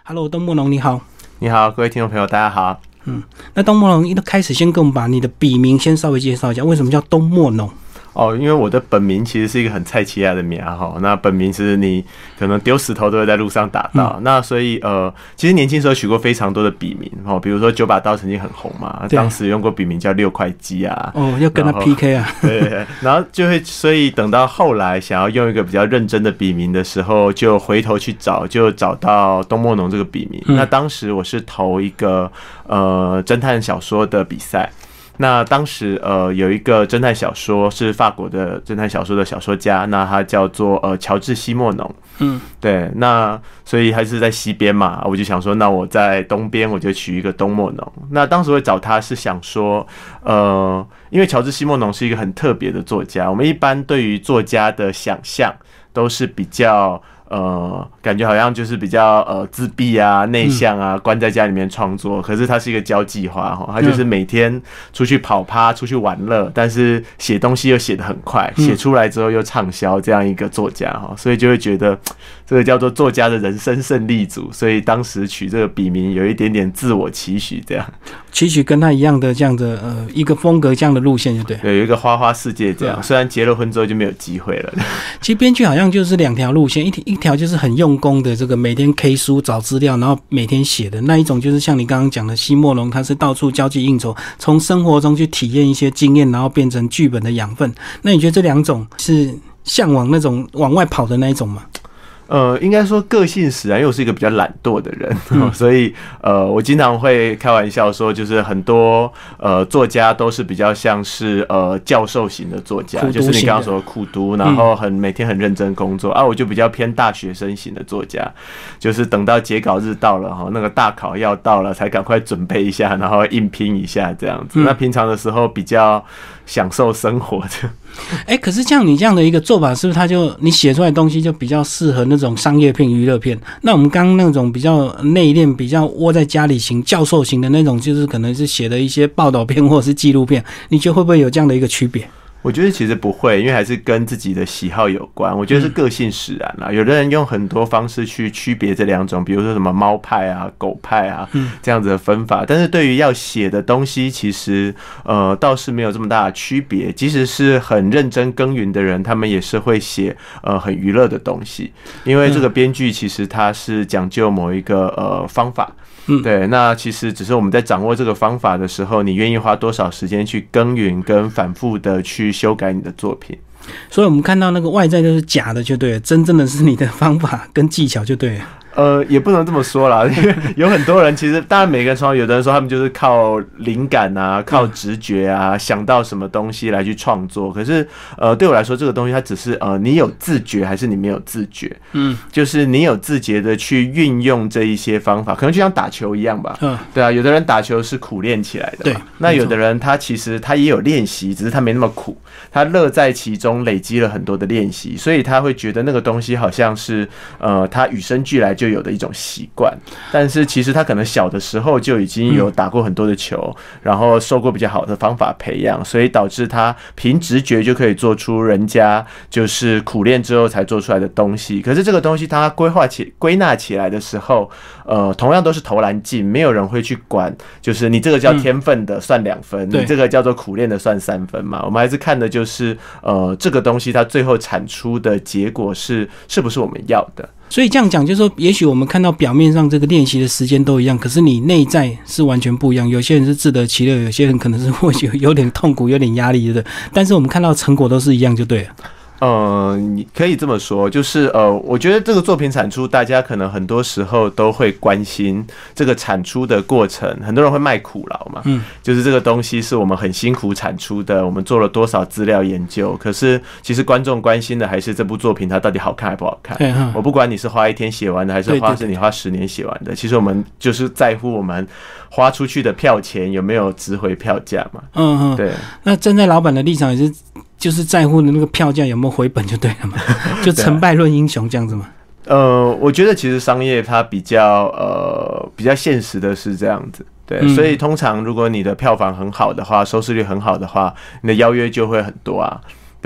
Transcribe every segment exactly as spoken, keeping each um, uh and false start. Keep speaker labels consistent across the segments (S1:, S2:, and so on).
S1: Hello， 东莫龙你好。
S2: 你好，各位听众朋友，大家好。
S1: 嗯，那东莫龙一开始先跟我们把你的笔名先稍微介绍一下，为什么叫东莫龙？
S2: 哦，因为我的本名其实是一个很菜奇亚的名哈，那本名是你可能丢石头都会在路上打到，嗯、那所以呃，其实年轻时候取过非常多的笔名哦，比如说九把刀曾经很红嘛，当时用过笔名叫六块肌啊，
S1: 哦，要跟他 P K 啊，
S2: 对, 对, 对，然后就会，所以等到后来想要用一个比较认真的笔名的时候，就回头去找，就找到东莫农这个笔名。嗯、那当时我是投一个呃侦探小说的比赛。那当时呃有一个侦探小说是法国的侦探小说的小说家，那他叫做呃乔治西莫农，嗯，对，那所以还是在西边嘛，我就想说，那我在东边我就取一个东莫农。那当时会找他是想说，呃，因为乔治西莫农是一个很特别的作家，我们一般对于作家的想象都是比较。呃，感觉好像就是比较呃自闭啊、内向啊，关在家里面创作。可是他是一个交际花哈，他就是每天出去跑趴、出去玩乐，但是写东西又写得很快，写出来之后又畅销，这样一个作家哈，所以就会觉得这个叫做作家的人生胜利组。所以当时取这个笔名有一点点自我期许，这样
S1: 期许跟他一样的这样的呃一个风格这样的路线，就对，
S2: 对，有一个花花世界这样。虽然结了婚之后就没有机会了。
S1: 其实编剧好像就是两条路线，一一条就是很用功的这个每天 K 书找资料，然后每天写的那一种，就是像你刚刚讲的西莫龙，他是到处交际应酬，从生活中去体验一些经验，然后变成剧本的养分。那你觉得这两种是向往那种往外跑的那一种吗？
S2: 呃，应该说个性使然，因为我是一个比较懒惰的人，嗯、所以呃，我经常会开玩笑说，就是很多呃作家都是比较像是呃教授型的作家，就是你刚刚说的苦读，然后很每天很认真工作、嗯、啊，我就比较偏大学生型的作家，就是等到截稿日到了哈，那个大考要到了，才赶快准备一下，然后硬拼一下这样子。嗯、那平常的时候比较享受生活的。
S1: 哎、欸，可是像你这样的一个做法，是不是他就你写出来的东西就比较适合那种商业片、娱乐片？那我们刚刚那种比较内敛、比较窝在家里型、教授型的那种，就是可能是写的一些报道片或者是纪录片，你觉得会不会有这样的一个区别？
S2: 我觉得其实不会，因为还是跟自己的喜好有关。我觉得是个性使然啦。有的人用很多方式去区别这两种，比如说什么猫派啊、狗派啊这样子的分法。但是对于要写的东西，其实呃倒是没有这么大的区别。即使是很认真耕耘的人，他们也是会写呃很娱乐的东西，因为这个编剧其实他是讲究某一个呃方法。嗯，对，那其实只是我们在掌握这个方法的时候，你愿意花多少时间去耕耘跟反复的去修改你的作品。
S1: 所以我们看到那个外在就是假的就对了，真正的是你的方法跟技巧就对了。
S2: 呃，也不能这么说啦，因为有很多人其实，当然每个人创作，有的人说他们就是靠灵感啊，靠直觉啊，嗯、想到什么东西来去创作。可是，呃，对我来说，这个东西它只是呃，你有自觉还是你没有自觉？嗯，就是你有自觉的去运用这一些方法，可能就像打球一样吧。嗯，对啊，有的人打球是苦练起来的嘛，对，那有的人他其实他也有练习，只是他没那么苦，他乐在其中，累积了很多的练习，所以他会觉得那个东西好像是呃，他与生俱来就有的一种习惯，但是其实他可能小的时候就已经有打过很多的球，嗯、然后受过比较好的方法培养，所以导致他凭直觉就可以做出人家就是苦练之后才做出来的东西。可是这个东西他规划起归纳起来的时候，呃，同样都是投篮进，没有人会去管，就是你这个叫天分的算两分，嗯、你这个叫做苦练的算三分嘛。我们还是看的就是呃，这个东西它最后产出的结果是是不是我们要的。
S1: 所以这样讲就是说，也许我们看到表面上这个练习的时间都一样，可是你内在是完全不一样。有些人是自得其乐，有些人可能是或许有点痛苦、有点压力的，但是我们看到成果都是一样就对了。
S2: 呃，你可以这么说，就是呃，我觉得这个作品产出，大家可能很多时候都会关心这个产出的过程，很多人会卖苦劳嘛，嗯，就是这个东西是我们很辛苦产出的，我们做了多少资料研究，可是其实观众关心的还是这部作品它到底好看还不好看。嗯、我不管你是花一天写完的，还是花是你花十年写完的，其实我们就是在乎我们花出去的票钱有没有值回票价嘛。嗯嗯，对。
S1: 那站在老板的立场也是。就是在乎的那个票价有没有回本就对了嘛，就成败论英雄这样子嘛。
S2: 呃，我觉得其实商业它比较呃比较现实的是这样子，对，嗯、所以通常如果你的票房很好的话，收视率很好的话，你的邀约就会很多啊。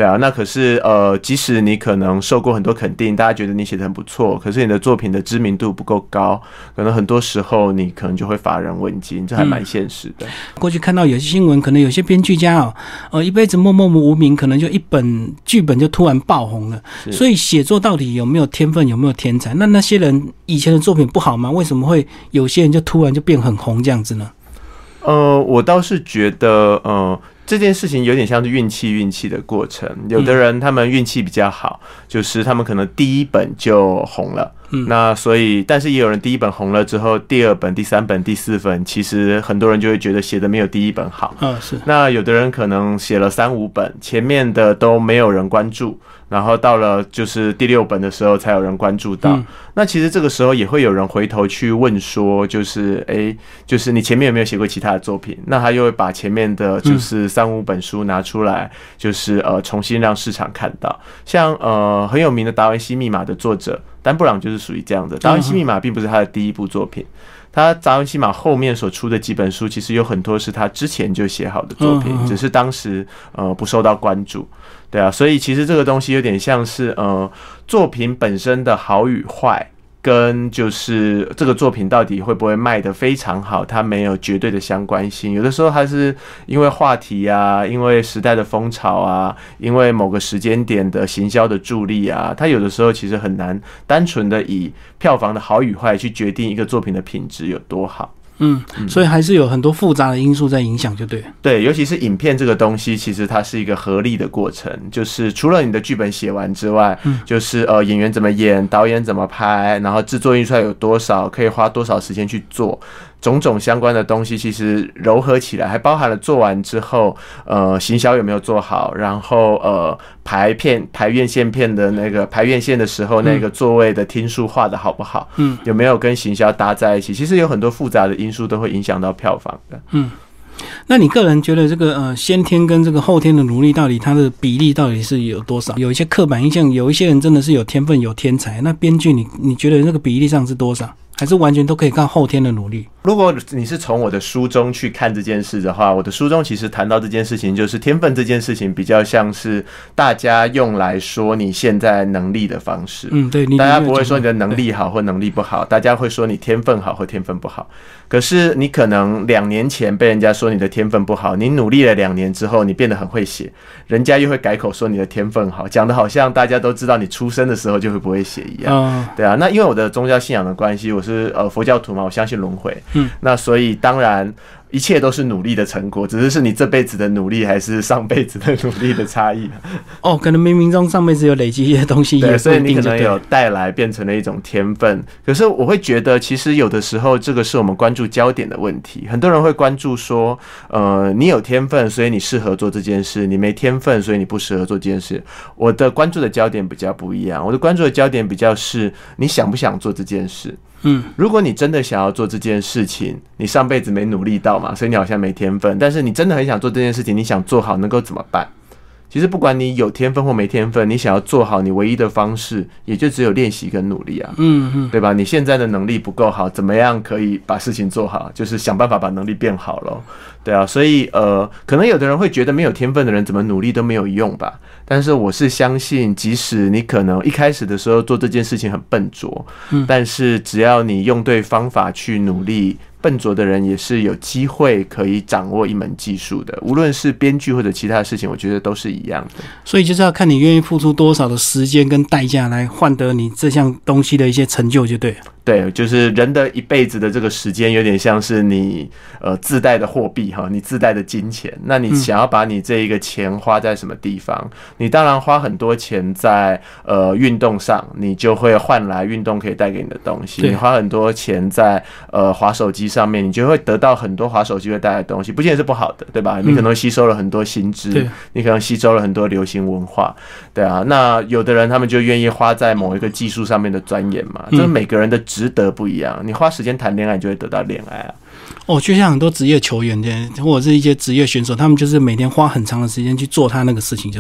S2: 对啊，那可是呃，即使你可能受过很多肯定，大家觉得你写得很不错，可是你的作品的知名度不够高，可能很多时候你可能就会乏人问津，这还蛮现实的。嗯、
S1: 过去看到有些新闻，可能有些编剧家哦，呃，一辈子默默无名，可能就一本剧本就突然爆红了。所以写作到底有没有天分，有没有天才？那那些人以前的作品不好吗？为什么会有些人就突然就变很红这样子呢？
S2: 呃，我倒是觉得，呃，这件事情有点像是运气运气的过程。有的人他们运气比较好，就是他们可能第一本就红了。嗯，那所以，但是也有人第一本红了之后，第二本、第三本、第四本，其实很多人就会觉得写的没有第一本好。嗯，是。那有的人可能写了三五本，前面的都没有人关注，然后到了就是第六本的时候才有人关注到。嗯、那其实这个时候也会有人回头去问说，就是哎、欸，就是你前面有没有写过其他的作品？那他又会把前面的就是三五本书拿出来，就是呃重新让市场看到。像呃很有名的《达文西密码》的作者丹布朗就是属于这样的。达文西密码并不是他的第一部作品，他达文西密码后面所出的几本书，其实有很多是他之前就写好的作品，只是当时呃不受到关注。对啊，所以其实这个东西有点像是呃作品本身的好与坏，跟就是这个作品到底会不会卖得非常好，它没有绝对的相关性。有的时候它是因为话题啊，因为时代的风潮啊，因为某个时间点的行销的助力啊，它有的时候其实很难单纯的以票房的好与坏去决定一个作品的品质有多好。
S1: 嗯，所以还是有很多复杂的因素在影响，就对了。
S2: 对，尤其是影片这个东西，其实它是一个合力的过程，就是除了你的剧本写完之外，嗯、就是呃演员怎么演，导演怎么拍，然后制作预算有多少，可以花多少时间去做。种种相关的东西其实糅合起来，还包含了做完之后，呃，行销有没有做好，然后呃，排片排院线片的那个排院线的时候，那个座位的厅数画的好不好，嗯，有没有跟行销搭在一起？其实有很多复杂的因素都会影响到票房的，嗯。
S1: 那你个人觉得这个呃先天跟这个后天的努力到底它的比例到底是有多少？有一些刻板印象，有一些人真的是有天分有天才，那编剧你你觉得那个比例上是多少？还是完全都可以靠后天的努力？
S2: 如果你是从我的书中去看这件事的话，我的书中其实谈到这件事情，就是天分这件事情比较像是大家用来说你现在能力的方式。嗯，对，大家不会说你的能力好或能力不好，大家会说你天分好或天分不好。可是你可能两年前被人家说你的天分不好，你努力了两年之后，你变得很会写，人家又会改口说你的天分好，讲得好像大家都知道你出生的时候就会不会写一样。嗯、对啊，那因为我的宗教信仰的关系，我是呃佛教徒嘛，我相信轮回。嗯，那所以当然一切都是努力的成果，只是是你这辈子的努力还是上辈子的努力的差异。
S1: 哦，可能冥冥中上辈子有累积一些东西，
S2: 对，所以你可能有带来变成了一种天分。可是我会觉得，其实有的时候这个是我们关注焦点的问题。很多人会关注说，呃，你有天分，所以你适合做这件事；你没天分，所以你不适合做这件事。我的关注的焦点比较不一样，我的关注的焦点比较是你想不想做这件事。嗯，如果你真的想要做这件事情，你上辈子没努力到嘛，所以你好像没天分。但是你真的很想做这件事情，你想做好，能够怎么办？其实不管你有天分或没天分，你想要做好，你唯一的方式也就只有练习跟努力啊，嗯嗯，对吧？你现在的能力不够好，怎么样可以把事情做好？就是想办法把能力变好咯。对啊，所以呃，可能有的人会觉得没有天分的人怎么努力都没有用吧。但是我是相信，即使你可能一开始的时候做这件事情很笨拙，嗯，但是只要你用对方法去努力，笨拙的人也是有机会可以掌握一门技术的。无论是编剧或者其他的事情，我觉得都是一样的。
S1: 所以就是要看你愿意付出多少的时间跟代价来换得你这项东西的一些成就，就对了。
S2: 对，就是人的一辈子的这个时间，有点像是你呃自带的货币哈，你自带的金钱。那你想要把你这一个钱花在什么地方？嗯、你当然花很多钱在呃运动上，你就会换来运动可以带给你的东西。你花很多钱在呃滑手机上面，你就会得到很多滑手机会带来的东西，不见得是不好的，对吧？你可能吸收了很多新知，嗯、你可能吸收了很多流行文化，对啊。那有的人他们就愿意花在某一个技术上面的钻研嘛，这、嗯、每个人的值得不一样。你花时间谈恋爱，你就会得到恋爱啊。
S1: 哦，就像很多职业球员或者是一些职业选手，他们就是每天花很长的时间去做他那个事情，就对了。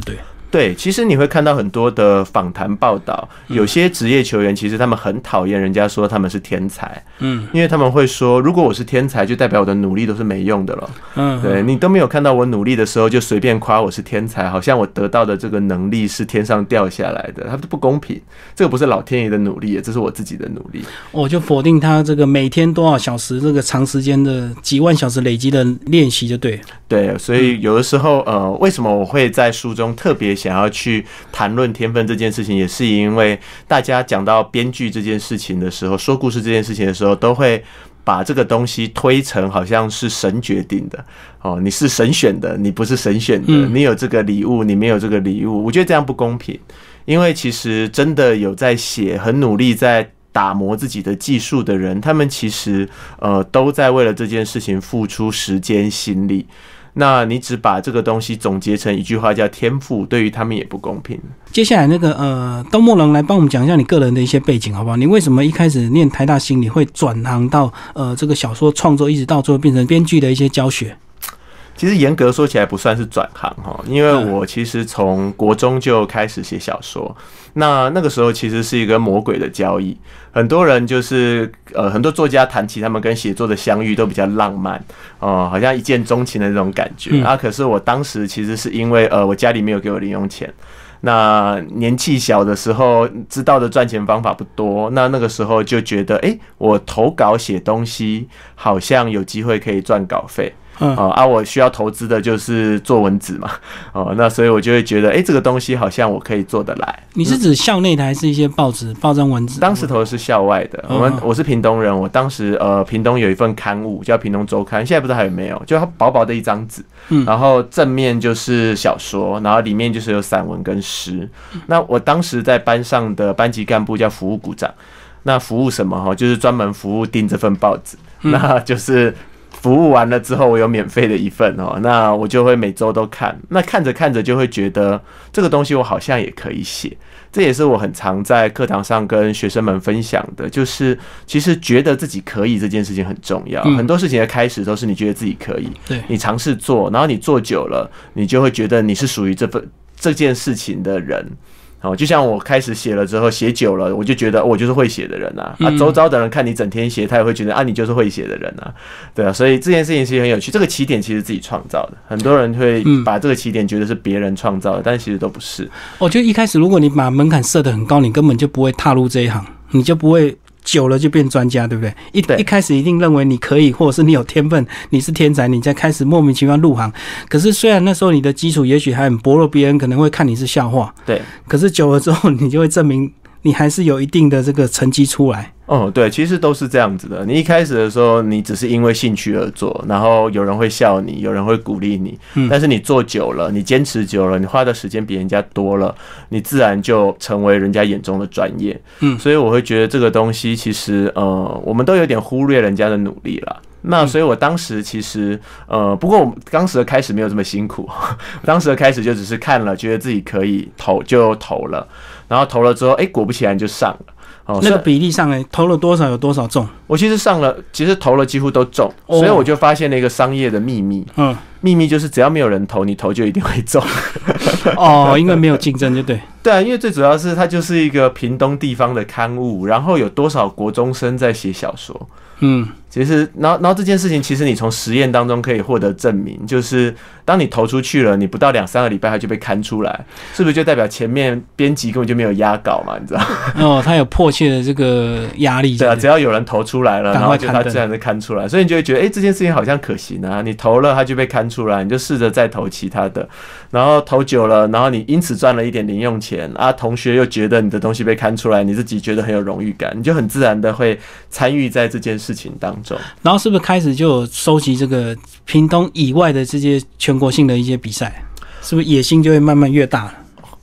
S2: 对，其实你会看到很多的访谈报道，有些职业球员其实他们很讨厌人家说他们是天才，嗯，因为他们会说，如果我是天才，就代表我的努力都是没用的了，嗯，对你都没有看到我努力的时候，就随便夸我是天才，好像我得到的这个能力是天上掉下来的，它不公平，这个不是老天爷的努力，这是我自己的努力。
S1: 我就否定他这个每天多少小时，这个长时间的几万小时累积的练习就对。
S2: 对，所以有的时候，呃，为什么我会在书中特别想要去谈论天分这件事情，也是因为大家讲到编剧这件事情的时候，说故事这件事情的时候，都会把这个东西推成好像是神决定的哦，你是神选的，你不是神选的，你有这个礼物，你没有这个礼物，我觉得这样不公平，因为其实真的有在写，很努力在打磨自己的技术的人，他们其实呃都在为了这件事情付出时间心力。那你只把这个东西总结成一句话叫天赋，对于他们也不公平。
S1: 接下来那个呃，东默龙来帮我们讲一下你个人的一些背景好不好？你为什么一开始念台大心理会转行到呃这个小说创作，一直到最后变成编剧的一些教学？
S2: 其实严格说起来不算是转行，因为我其实从国中就开始写小说，那那个时候其实是一个魔鬼的交易，很多人就是呃很多作家谈起他们跟写作的相遇都比较浪漫哦、呃，好像一见钟情的那种感觉、嗯、啊。可是我当时其实是因为呃我家里没有给我零用钱，那年纪小的时候知道的赚钱方法不多，那那个时候就觉得哎、欸，我投稿写东西好像有机会可以赚稿费。嗯、啊，我需要投资的就是做文字嘛，哦，那所以我就会觉得，哎、欸，这个东西好像我可以做得来。
S1: 你是指校内的还是一些报纸、报章文字？
S2: 当时投的是校外的。我们我是屏东人，我当时呃，屏东有一份刊物叫《屏东周刊》，现在不知道还有没有？就它薄薄的一张纸，嗯，然后正面就是小说，然后里面就是有散文跟诗。那我当时在班上的班级干部叫服务股长，那服务什么哈？就是专门服务订这份报纸，嗯、那就是。服务完了之后，我有免费的一份哦，那我就会每周都看。那看着看着就会觉得这个东西我好像也可以写，这也是我很常在课堂上跟学生们分享的，就是其实觉得自己可以这件事情很重要。嗯、很多事情的开始都是你觉得自己可以，对，你尝试做，然后你做久了，你就会觉得你是属于这份这件事情的人。哦，就像我开始写了之后，写久了，我就觉得、哦、我就是会写的人啊。啊，周遭的人看你整天写，他也会觉得啊，你就是会写的人啊。对啊，所以这件事情其实很有趣。这个起点其实自己创造的，很多人会把这个起点觉得是别人创造的，但其实都不是。我觉得一开始如果你把门槛设得很高，你根本就不会踏入这一行，你就不会。久了就变专家，对不对？一一开始一定认为你可以，或者是你有天分，你是天才，你再开始莫名其妙入行。可是虽然那时候你的基础也许还很薄弱，别人可能会看你是笑话，对。可是久了之后，你就会证明你还是有一定的这个成绩出来。 哦，对，其实都是这样子的。你一开始的时候，你只是因为兴趣而做，然后有人会笑你，有人会鼓励你。嗯，但是你做久了，你坚持久了，你花的时间比人家多了，你自然就成为人家眼中的专业。嗯，所以我会觉得这个东西其实，呃，我们都有点忽略人家的努力啦。那所以我当时其实呃，不过我当时的开始没有这么辛苦，当时的开始就只是看了，觉得自己可以投就投了，然后投了之后，哎、欸，果不其然就上了。
S1: 哦、那个比例上呢，投了多少有多少中？
S2: 我其实上了，其实投了几乎都中，哦、所以我就发现了一个商业的秘密。嗯，秘密就是只要没有人投，你投就一定会中。
S1: 哦，因为没有竞争，就对。
S2: 对啊，因为最主要是它就是一个屏东地方的刊物，然后有多少国中生在写小说。嗯，其实，然后，然后这件事情，其实你从实验当中可以获得证明，就是当你投出去了，你不到两三个礼拜它就被刊出来，是不是就代表前面编辑根本就没有压稿嘛？你知道？
S1: 哦，他有迫切的这个压力。
S2: 对啊，只要有人投出来了，然后就他自然的刊出来，所以你就会觉得，哎、欸，这件事情好像可行啊。你投了，它就被刊出来，你就试着再投其他的，然后投久了，然后你因此赚了一点零用钱啊，同学又觉得你的东西被刊出来，你自己觉得很有荣誉感，你就很自然的会参与在这件事情当中。
S1: 然后是不是开始就有收集这个屏东以外的这些全国性的一些比赛？是不是野心就会慢慢越大了？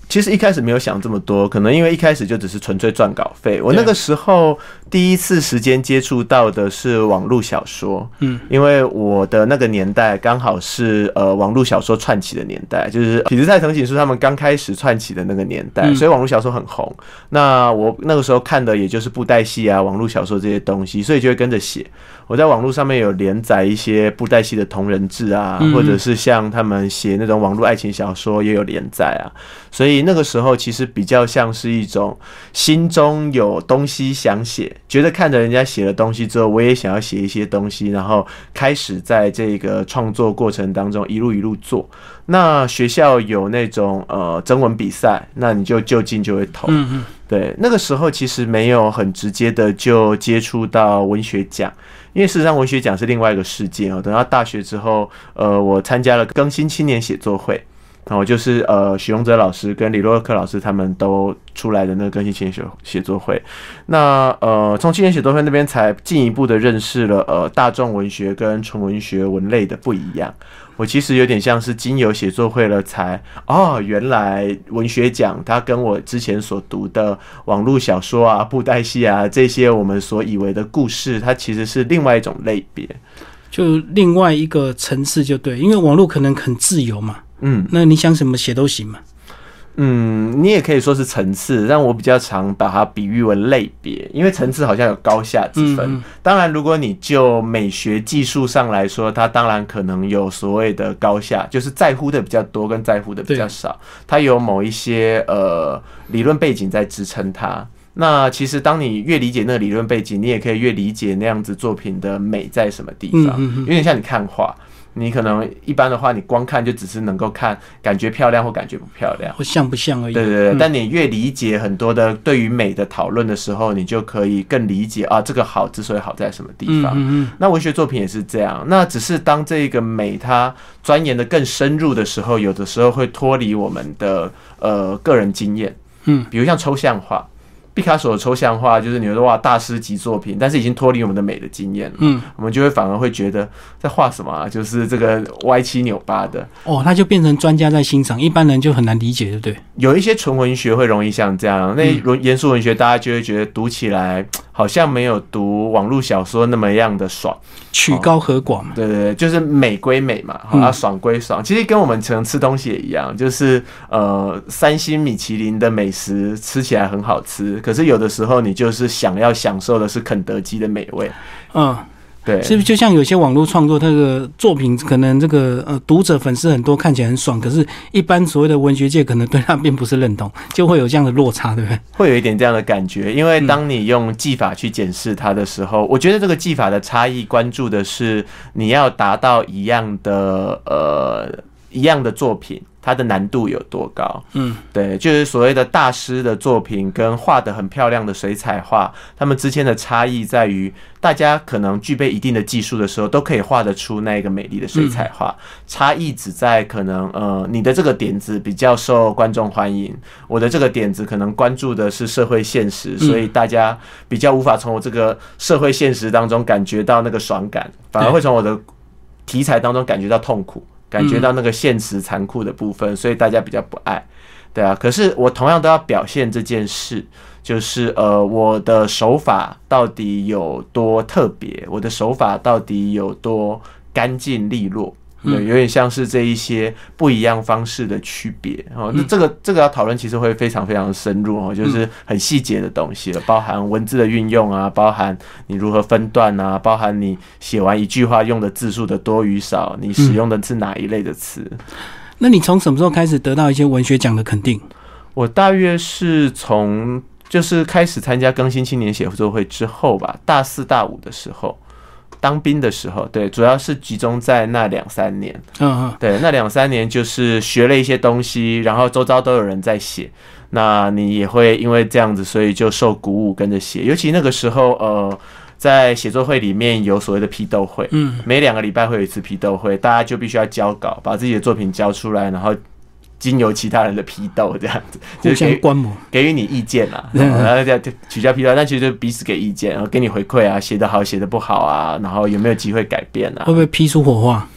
S2: 其实一开始没有想这么多，可能因为一开始就只是纯粹赚稿费。我那个时候第一次时间接触到的是网络小说，嗯，因为我的那个年代刚好是呃网络小说串起的年代，就是痞子蔡藤井树他们刚开始串起的那个年代，所以网络小说很红。那我那个时候看的也就是布袋戏啊、网络小说这些东西，所以就会跟着写。我在网络上面有连载一些布袋戏的同人志啊，或者是像他们写那种网络爱情小说也有连载啊，所以那个时候其实比较像是一种心中有东西想写，觉得看着人家写了东西之后，我也想要写一些东西，然后开始在这个创作过程当中一路一路做。那学校有那种呃征文比赛，那你就就近就会投。嗯嗯，对，那个时候其实没有很直接的就接触到文学奖。因为事实上文学奖是另外一个世界哦。等到大学之后，呃，我参加了更新青年写作会，然后就是呃许荣哲老师跟李洛克老师他们都出来的那个更新青年写作会。那呃从青年写作会那边才进一步的认识了呃大众文学跟纯文学文类的不一样。我其实有点像是经由写作会了才哦，原来文学奖它跟我之前所读的网络小说啊、布袋戏啊这些我们所以为的故事，它其实是另外一种类别，
S1: 就另外一个层次就对，因为网络可能很自由嘛，嗯，那你想什么写都行嘛。
S2: 嗯，你也可以说是层次，但我比较常把它比喻为类别，因为层次好像有高下之分。嗯嗯，当然，如果你就美学技术上来说，它当然可能有所谓的高下，就是在乎的比较多跟在乎的比较少，它有某一些呃理论背景在支撑它。那其实当你越理解那个理论背景，你也可以越理解那样子作品的美在什么地方。嗯嗯嗯，有点像你看画。你可能一般的话，你光看就只是能够看感觉漂亮或感觉不漂亮，
S1: 或像不像而已。
S2: 对对对，嗯、但你越理解很多的对于美的讨论的时候，你就可以更理解啊，这个好之所以好在什么地方。嗯嗯嗯，那文学作品也是这样，那只是当这个美它钻研的更深入的时候，有的时候会脱离我们的呃个人经验。嗯，比如像抽象画。毕卡索的抽象画就是你说哇大师级作品，但是已经脱离我们的美的经验了，嗯，我们就会反而会觉得在画什么啊，就是这个歪七扭八的
S1: 哦，他就变成专家在欣赏，一般人就很难理解，对不对？
S2: 有一些纯文学会容易像这样，那严肃文学大家就会觉得读起来好像没有读网络小说那么样的爽，
S1: 曲高和寡嘛，
S2: 哦、对对对，就是美归美嘛，好、啊，爽归爽。其实跟我们可能吃东西也一样，就是呃三星米其林的美食吃起来很好吃。可是有的时候你就是想要享受的是肯德基的美味，嗯，对，是不是
S1: 就像有些网络创作，那个作品可能这个呃读者粉丝很多，看起来很爽，可是一般所谓的文学界可能对他并不是认同，就会有这样的落差，对不对？
S2: 会有一点这样的感觉，因为当你用技法去检视它的时候，嗯、我觉得这个技法的差异，关注的是你要达到一样的呃一样的作品。它的难度有多高？嗯，对，就是所谓的大师的作品跟画得很漂亮的水彩画，他们之间的差异在于，大家可能具备一定的技术的时候，都可以画得出那个美丽的水彩画。嗯、差异只在可能，呃，你的这个点子比较受观众欢迎，我的这个点子可能关注的是社会现实，所以大家比较无法从我这个社会现实当中感觉到那个爽感，反而会从我的题材当中感觉到痛苦。感觉到那个现实残酷的部分，所以大家比较不爱，对啊。可是我同样都要表现这件事，就是呃，我的手法到底有多特别，我的手法到底有多干净利落。对，有点像是这一些不一样方式的区别哦。那这个这个要讨论，其实会非常非常深入哦，就是很细节的东西了，包含文字的运用啊，包含你如何分段啊，包含你写完一句话用的字数的多与少，你使用的是哪一类的词。嗯、
S1: 那你从什么时候开始得到一些文学奖的肯定？
S2: 我大约是从就是开始参加更新青年写作会之后吧，大四大五的时候。当兵的时候，对，主要是集中在那两三年，嗯嗯，对，那两三年就是学了一些东西，然后周遭都有人在写，那你也会因为这样子，所以就受鼓舞跟着写。尤其那个时候，呃，在写作会里面有所谓的批斗会，嗯，每两个礼拜会有一次批斗会，大家就必须要交稿，把自己的作品交出来，然后经由其他人的批斗，这样子
S1: 互相观摩，
S2: 给予你意见啦，然后再取消批斗，但其实就彼此给意见，然后给你回馈啊，写得好，写得不好啊，然后有没有机会改变啊？
S1: 会不会批出火花？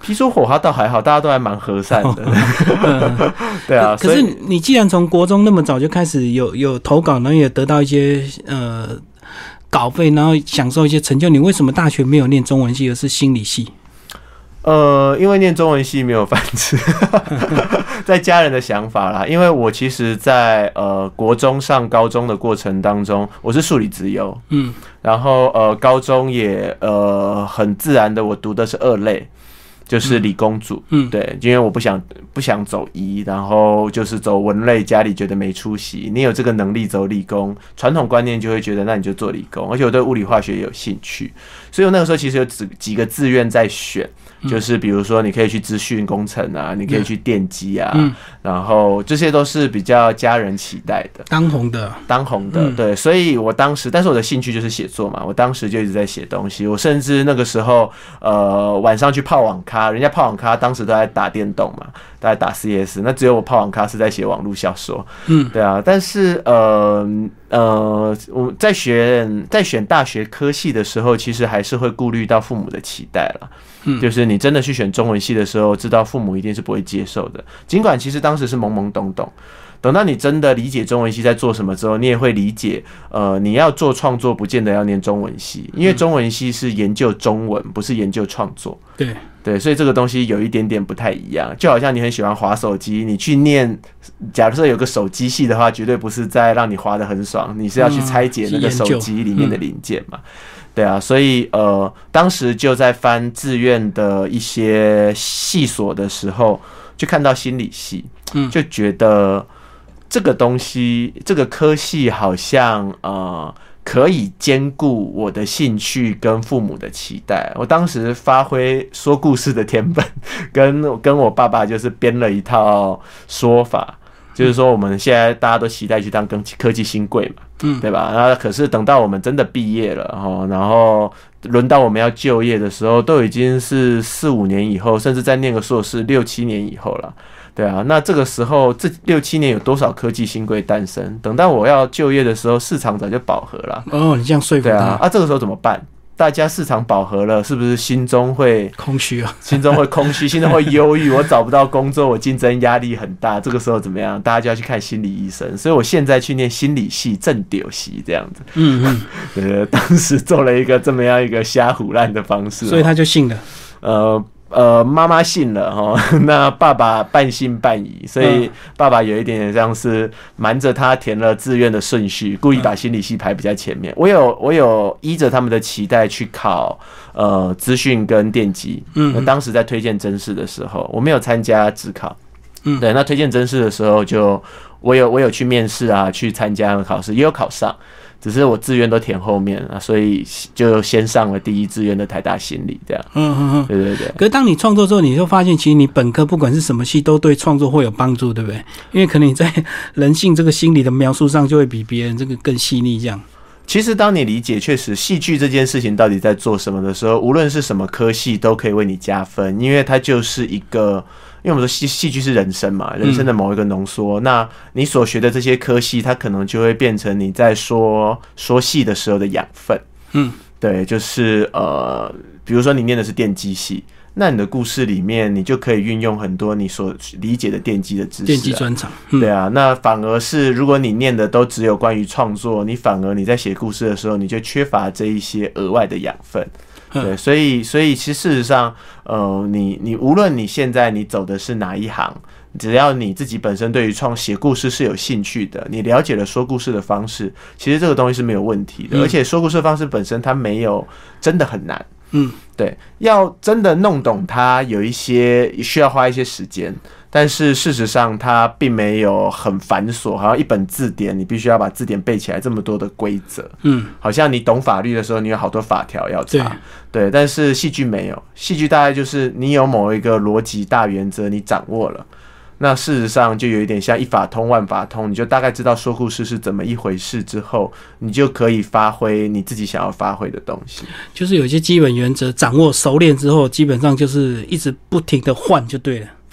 S2: 批出火花倒还好，大家都还蛮和善的。嗯、对啊，
S1: 可是你既然从国中那么早就开始有有投稿，然后也得到一些呃稿费，然后享受一些成就，你为什么大学没有念中文系，而是心理系？
S2: 呃，因为念中文系没有饭吃，在家人的想法啦。因为我其实在，在呃国中上高中的过程当中，我是数理资优，嗯，然后呃高中也呃很自然的，我读的是二类。就是理工组，嗯，对，因为我不想不想走医，然后就是走文类，家里觉得没出息。你有这个能力走理工，传统观念就会觉得那你就做理工，而且我对物理化学也有兴趣，所以我那个时候其实有几几个志愿在选，就是比如说你可以去资讯工程啊，你可以去电机啊，嗯，然后这些都是比较家人期待的，
S1: 当红的，
S2: 当红的，嗯，对，所以我当时，但是我的兴趣就是写作嘛，我当时就一直在写东西，我甚至那个时候，呃，晚上去泡网咖，人家泡网咖当时都在打电动嘛，都在打 C S， 那只有我泡网咖是在写网络小说，嗯，对啊，但是呃呃，我在选在选大学科系的时候，其实还是会顾虑到父母的期待啦。嗯，就是你真的去选中文系的时候，知道父母一定是不会接受的。尽管其实当时是懵懵懂懂，等到你真的理解中文系在做什么之后，你也会理解，呃，你要做创作，不见得要念中文系，因为中文系是研究中文，不是研究创作。
S1: 对
S2: 对，所以这个东西有一点点不太一样。就好像你很喜欢滑手机，你去念，假设有个手机系的话，绝对不是在让你滑得很爽，你是要去拆解那个手机里面的零件嘛。嗯，对啊，所以呃，当时就在翻志愿的一些系所的时候，就看到心理系，就觉得这个东西，这个科系好像呃可以兼顾我的兴趣跟父母的期待。我当时发挥说故事的天分，跟跟我爸爸就是编了一套说法。就是说，我们现在大家都期待去当科技新贵嘛，嗯，对吧？然后可是等到我们真的毕业了，然后轮到我们要就业的时候，都已经是四五年以后，甚至再念个硕士六七年以后了，对啊。那这个时候，这六七年有多少科技新贵诞生？等到我要就业的时候，市场早就饱和了。
S1: 哦，你这样说服他，
S2: 对啊。啊，这个时候怎么办？大家市场饱和了，是不是心中会
S1: 空虚啊？
S2: 心中会空虚，心中会忧郁。我找不到工作，我竞争压力很大。这个时候怎么样？大家就要去看心理医生。所以我现在去念心理系正丢系这样子。嗯嗯，对，当时做了一个这么样一个瞎唬烂的方式，
S1: 所以他就信了。
S2: 呃。呃，妈妈信了齁，那爸爸半信半疑，所以爸爸有一点点像是瞒着他填了志愿的顺序，故意把心理系排比较前面。我有我有依着他们的期待去考呃资讯跟电机，嗯，当时在推荐甄试的时候，我没有参加指考，嗯，对，那推荐甄试的时候就我有我有去面试啊，去参加考试，也有考上。只是我志愿都填后面啊，所以就先上了第一志愿的台大心理这样。嗯嗯嗯，对对对。
S1: 可是当你创作之后，你就发现其实你本科不管是什么系都对创作会有帮助，对不对？因为可能你在人性这个心理的描述上就会比别人这个更细腻这样。
S2: 其实当你理解确实戏剧这件事情到底在做什么的时候，无论是什么科系都可以为你加分，因为它就是一个。因为我们说戏戏剧是人生嘛，人生的某一个浓缩。嗯、那你所学的这些科系，它可能就会变成你在说说戏的时候的养分。嗯，对，就是呃，比如说你念的是电机系，那你的故事里面，你就可以运用很多你所理解的电机的知识、啊。
S1: 电机专长。
S2: 嗯、对啊，那反而是如果你念的都只有关于创作，你反而你在写故事的时候，你就缺乏这一些额外的养分。对，所以所以其实事实上，呃，你你无论你现在你走的是哪一行，只要你自己本身对于创写故事是有兴趣的，你了解了说故事的方式，其实这个东西是没有问题的。嗯、而且说故事的方式本身它没有真的很难。嗯，对，要真的弄懂它，有一些需要花一些时间。但是事实上，它并没有很繁琐，好像一本字典，你必须要把字典背起来这么多的规则。嗯，好像你懂法律的时候，你有好多法条要查。对，但是戏剧没有，戏剧大概就是你有某一个逻辑大原则，你掌握了。那事实上就有一点像一法通万法通，你就大概知道说故事是怎么一回事之后，你就可以发挥你自己想要发挥的东西。
S1: 就是有一些基本原则掌握熟练之后，基本上就是一直不停的换就对了。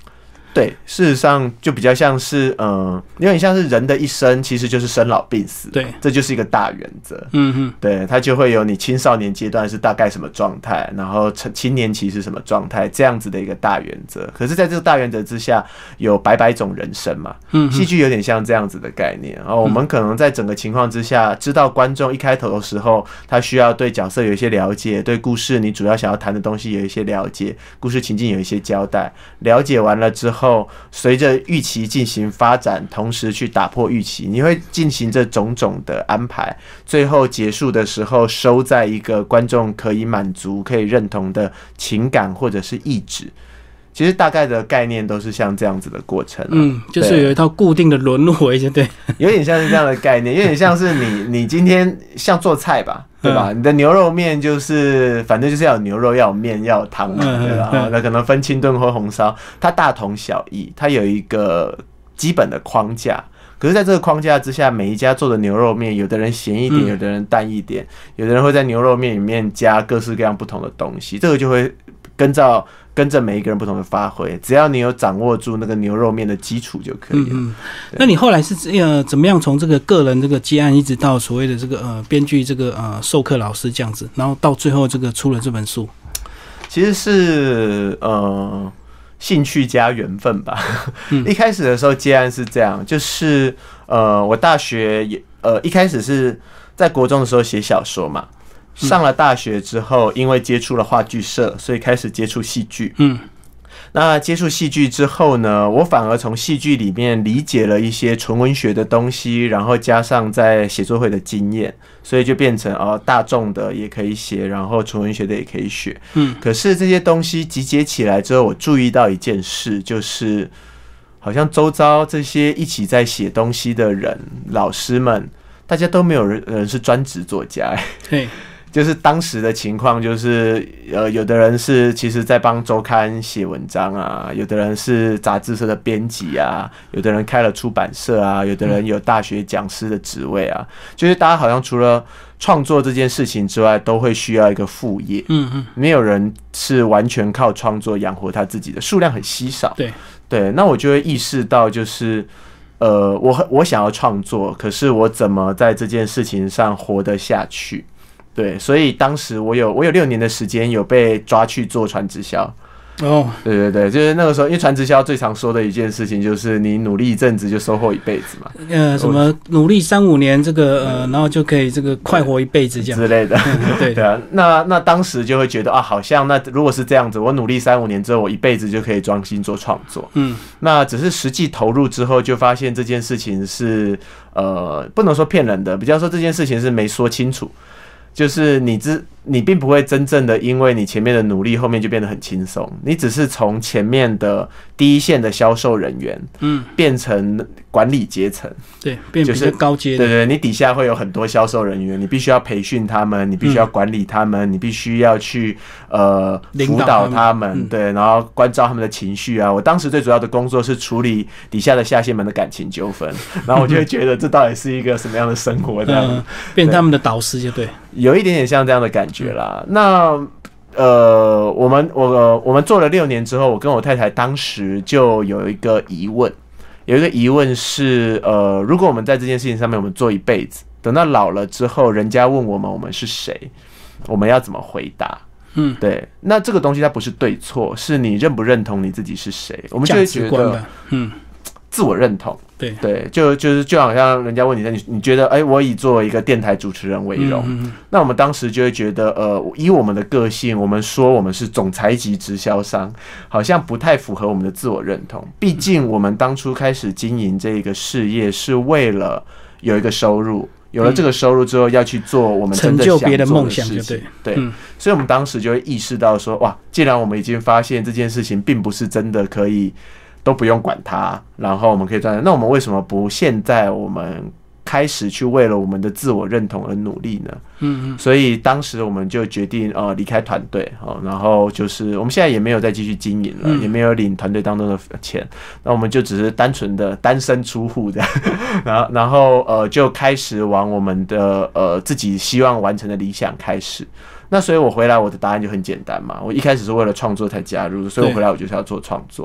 S2: 对，事实上就比较像是，呃，有点像是人的一生其实就是生老病死，
S1: 对，
S2: 这就是一个大原则。
S1: 嗯哼，
S2: 对，它就会有你青少年阶段是大概什么状态，然后青年期是什么状态，这样子的一个大原则。可是在这个大原则之下，有百百种人生嘛，嗯，戏剧有点像这样子的概念。然后我们可能在整个情况之下，知道观众一开头的时候，他需要对角色有一些了解，对故事你主要想要谈的东西有一些了解，故事情境有一些交代。了解完了之后，随着预期进行发展，同时去打破预期，你会进行这种种的安排，最后结束的时候收在一个观众可以满足、可以认同的情感或者是意志。其实大概的概念都是像这样子的过程、啊，
S1: 嗯，就是有一套固定的轮回，就对，
S2: 有点像是这样的概念，有点像是你你今天像做菜吧，对吧？你的牛肉面就是反正就是要有牛肉，要有面，要有汤嘛，对吧？那可能分清炖或红烧，它大同小异，它有一个基本的框架。可是在这个框架之下，每一家做的牛肉面，有的人咸一点，有的人淡一点，有的人会在牛肉面里面加各式各样不同的东西，这个就会跟照跟着每一个人不同的发挥，只要你有掌握住那个牛肉面的基础就可以了。嗯，
S1: 那你后来是呃怎么样从这个个人这个接案，一直到所谓的这个呃编剧这个呃授课老师这样子，然后到最后这个出了这本书？
S2: 其实是呃。兴趣加缘分吧。嗯、一开始的时候接案是这样，就是呃，我大学也呃一开始是在国中的时候写小说嘛，上了大学之后，因为接触了话剧社，所以开始接触戏剧。嗯。那接触戏剧之后呢，我反而从戏剧里面理解了一些纯文学的东西，然后加上在写作会的经验，所以就变成哦，大众的也可以写，然后纯文学的也可以写。嗯，可是这些东西集结起来之后，我注意到一件事，就是好像周遭这些一起在写东西的人，老师们，大家都没有人是专职作家。对。就是当时的情况，就是呃，有的人是其实在帮周刊写文章啊，有的人是杂志社的编辑啊，有的人开了出版社啊，有的人有大学讲师的职位啊，就是大家好像除了创作这件事情之外，都会需要一个副业。嗯嗯，没有人是完全靠创作养活他自己的，数量很稀少。对对，那我就会意识到，就是呃，我我想要创作，可是我怎么在这件事情上活得下去？对，所以当时我有我有六年的时间有被抓去做传直销。哦，对对对，就是那个时候，因为传直销最常说的一件事情就是你努力一阵子就收获一辈子嘛。
S1: 呃，什么努力三五年，这个呃，然后就可以这个快活一辈子这样
S2: 之类的。对对啊，那那当时就会觉得啊，好像那如果是这样子，我努力三五年之后，我一辈子就可以专心做创作。嗯，那只是实际投入之后，就发现这件事情是呃，不能说骗人的，比较说这件事情是没说清楚。就是你只你并不会真正的因为你前面的努力，后面就变得很轻松。你只是从前面的第一线的销售人员，嗯，变成管理阶层，
S1: 对，变比较高阶的。
S2: 对对，你底下会有很多销售人员，你必须要培训他们，你必须要管理他们，嗯、你必须要去呃辅导他们，嗯、对，然后关照他们的情绪啊。我当时最主要的工作是处理底下的下线们的感情纠纷，然后我就会觉得这到底是一个什么样的生活？这样、嗯、
S1: 变他们的导师就对。
S2: 有一点点像这样的感觉啦。那呃，我们我、呃、我们做了六年之后，我跟我太太当时就有一个疑问，有一个疑问是呃，如果我们在这件事情上面我们做一辈子，等到老了之后，人家问我们我们是谁，我们要怎么回答？嗯，对。那这个东西它不是对错，是你认不认同你自己是谁？我们就会觉得，嗯，自我认同。对对，就就是就好像人家问你，你你觉得，哎、欸，我以作为一个电台主持人为荣，嗯嗯，那我们当时就会觉得，呃，以我们的个性，我们说我们是总裁级直销商，好像不太符合我们的自我认同。毕竟我们当初开始经营这个事业，是为了有一个收入，有了这个收入之后，要去做我们真的想做的事情。对对、嗯，所以我们当时就会意识到说，哇，既然我们已经发现这件事情并不是真的可以。都不用管它，然后我们可以赚钱。那我们为什么不现在我们开始去为了我们的自我认同而努力呢？嗯嗯。所以当时我们就决定呃离开团队哦，然后就是我们现在也没有再继续经营了，嗯、也没有领团队当中的钱，那我们就只是单纯的单身出户这样，然后然后呃就开始往我们的呃自己希望完成的理想开始。那所以我回来我的答案就很简单嘛，我一开始是为了创作才加入，所以我回来我就是要做创作。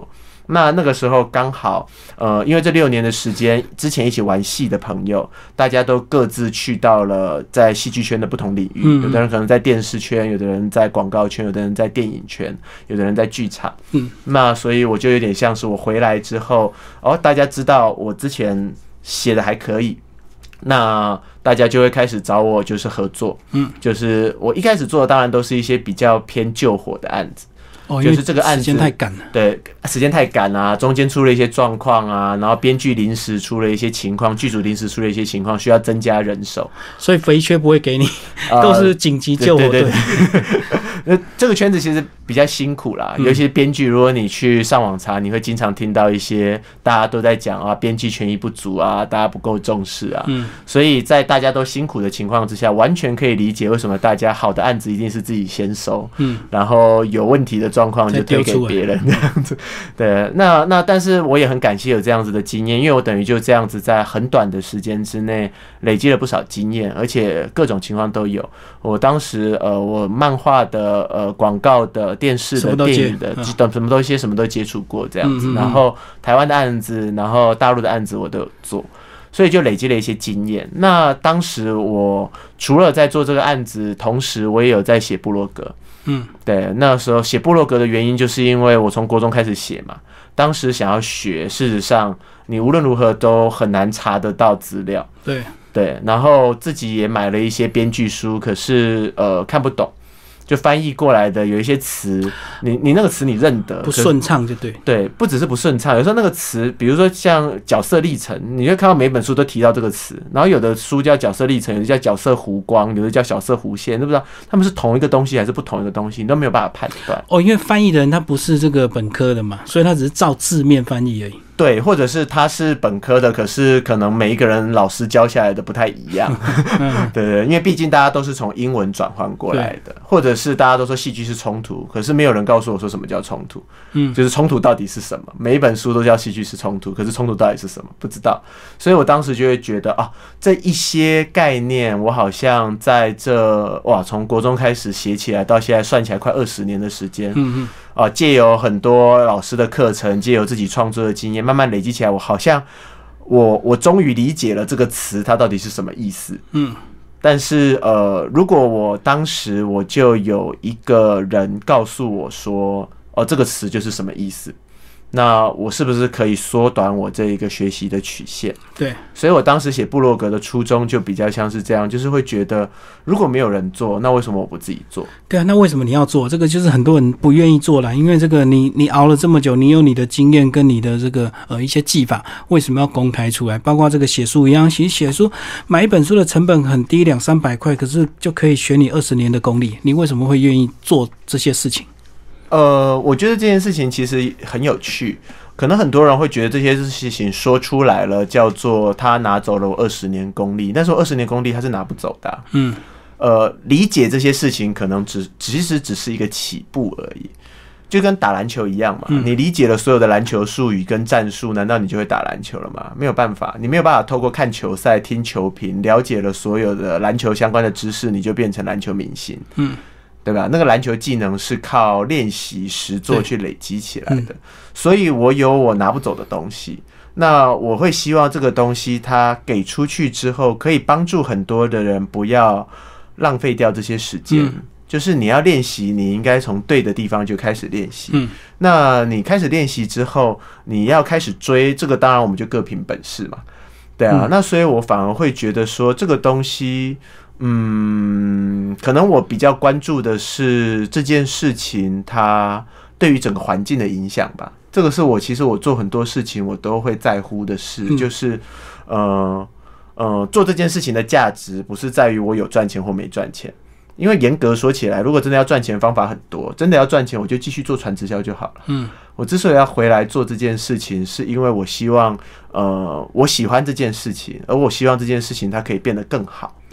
S2: 那那个时候刚好，呃，因为这六年的时间，之前一起玩戏的朋友，大家都各自去到了在戏剧圈的不同领域，嗯嗯有的人可能在电视圈，有的人在广告圈，有的人在电影圈，有的人在剧场。嗯，那所以我就有点像是我回来之后，哦，大家知道我之前写的还可以。那大家就会开始找我，就是合作。嗯，就是我一开始做的，当然都是一些比较偏救火的案子。哦，就是这个案子
S1: 时间太赶了，
S2: 对，时间太赶啊，中间出了一些状况啊，然后编剧临时出了一些情况，剧组临时出了一些情况，需要增加人手，
S1: 所以肥缺不会给你，都是紧急救火队。
S2: 呃、对对对对这个圈子其实比较辛苦啦，尤其是编剧，如果你去上网查，你会经常听到一些大家都在讲啊，编剧权益不足啊，大家不够重视啊，嗯，所以在大家都辛苦的情况之下，完全可以理解为什么大家好的案子一定是自己先收，嗯，然后有问题的状况就推给别人这样子。对，那那但是我也很感谢有这样子的经验，因为我等于就这样子在很短的时间之内累积了不少经验，而且各种情况都有。我当时呃，我漫画的、呃广告的、电视的、电影的，等什么都些什么都接触过这样子。然后台湾的案子，然后大陆的案子我都有做。所以就累积了一些经验。那当时我除了在做这个案子，同时我也有在写部落格。嗯，对，那时候写部落格的原因，就是因为我从国中开始写嘛。当时想要学，事实上你无论如何都很难查得到资料。
S1: 对
S2: 对，然后自己也买了一些编剧书，可是呃看不懂。就翻译过来的有一些词，你你那个词你认得
S1: 不顺畅就对
S2: 对，不只是不顺畅，有时候那个词，比如说像角色历程，你会看到每本书都提到这个词，然后有的书叫角色历程，有的叫角色弧光，有的叫角色弧线，都不知道他们是同一个东西还是不同一个东西，你都没有办法判断。
S1: 哦，因为翻译的人他不是这个本科的嘛，所以他只是照字面翻译而已。
S2: 对，或者是他是本科的，可是可能每一个人老师教下来的不太一样。对对，因为毕竟大家都是从英文转换过来的，或者是大家都说戏剧是冲突，可是没有人告诉我说什么叫冲突。嗯，就是冲突到底是什么？每一本书都叫戏剧是冲突，可是冲突到底是什么？不知道。所以我当时就会觉得啊，这一些概念，我好像在这哇，从国中开始写起来，到现在算起来快二十年的时间。嗯嗯。啊，借由很多老师的课程，借由自己创作的经验，慢慢累积起来，我好像我我终于理解了这个词它到底是什么意思。嗯，但是呃，如果我当时我就有一个人告诉我说，哦，这个词就是什么意思，那我是不是可以缩短我这一个学习的曲线？
S1: 对，
S2: 所以我当时写部落格的初衷就比较像是这样，就是会觉得如果没有人做，那为什么我不自己做？
S1: 对啊，那为什么你要做？这个就是很多人不愿意做啦，因为这个你你熬了这么久，你有你的经验跟你的这个呃一些技法，为什么要公开出来？包括这个写书一样，其实写书买一本书的成本很低，两三百块，可是就可以学你二十年的功力，你为什么会愿意做这些事情？
S2: 呃，我觉得这件事情其实很有趣，可能很多人会觉得这些事情说出来了，叫做他拿走了我二十年功力，但是我二十年功力他是拿不走的啊。嗯，呃，理解这些事情可能只其实只是一个起步而已，就跟打篮球一样嘛。你理解了所有的篮球术语跟战术，难道你就会打篮球了吗？没有办法，你没有办法透过看球赛、听球评，了解了所有的篮球相关的知识，你就变成篮球明星。嗯。对吧？那个篮球技能是靠练习实作去累积起来的，所以我有我拿不走的东西。那我会希望这个东西它给出去之后，可以帮助很多的人不要浪费掉这些时间。嗯，就是你要练习，你应该从对的地方就开始练习。嗯，那你开始练习之后，你要开始追，这个当然我们就各凭本事嘛。对啊，嗯，那所以我反而会觉得说这个东西。嗯，可能我比较关注的是这件事情它对于整个环境的影响吧。这个是我其实我做很多事情我都会在乎的事，嗯，就是呃呃做这件事情的价值不是在于我有赚钱或没赚钱，因为严格说起来，如果真的要赚钱方法很多，真的要赚钱我就继续做传直销就好了。嗯，我之所以要回来做这件事情，是因为我希望呃我喜欢这件事情，而我希望这件事情它可以变得更好。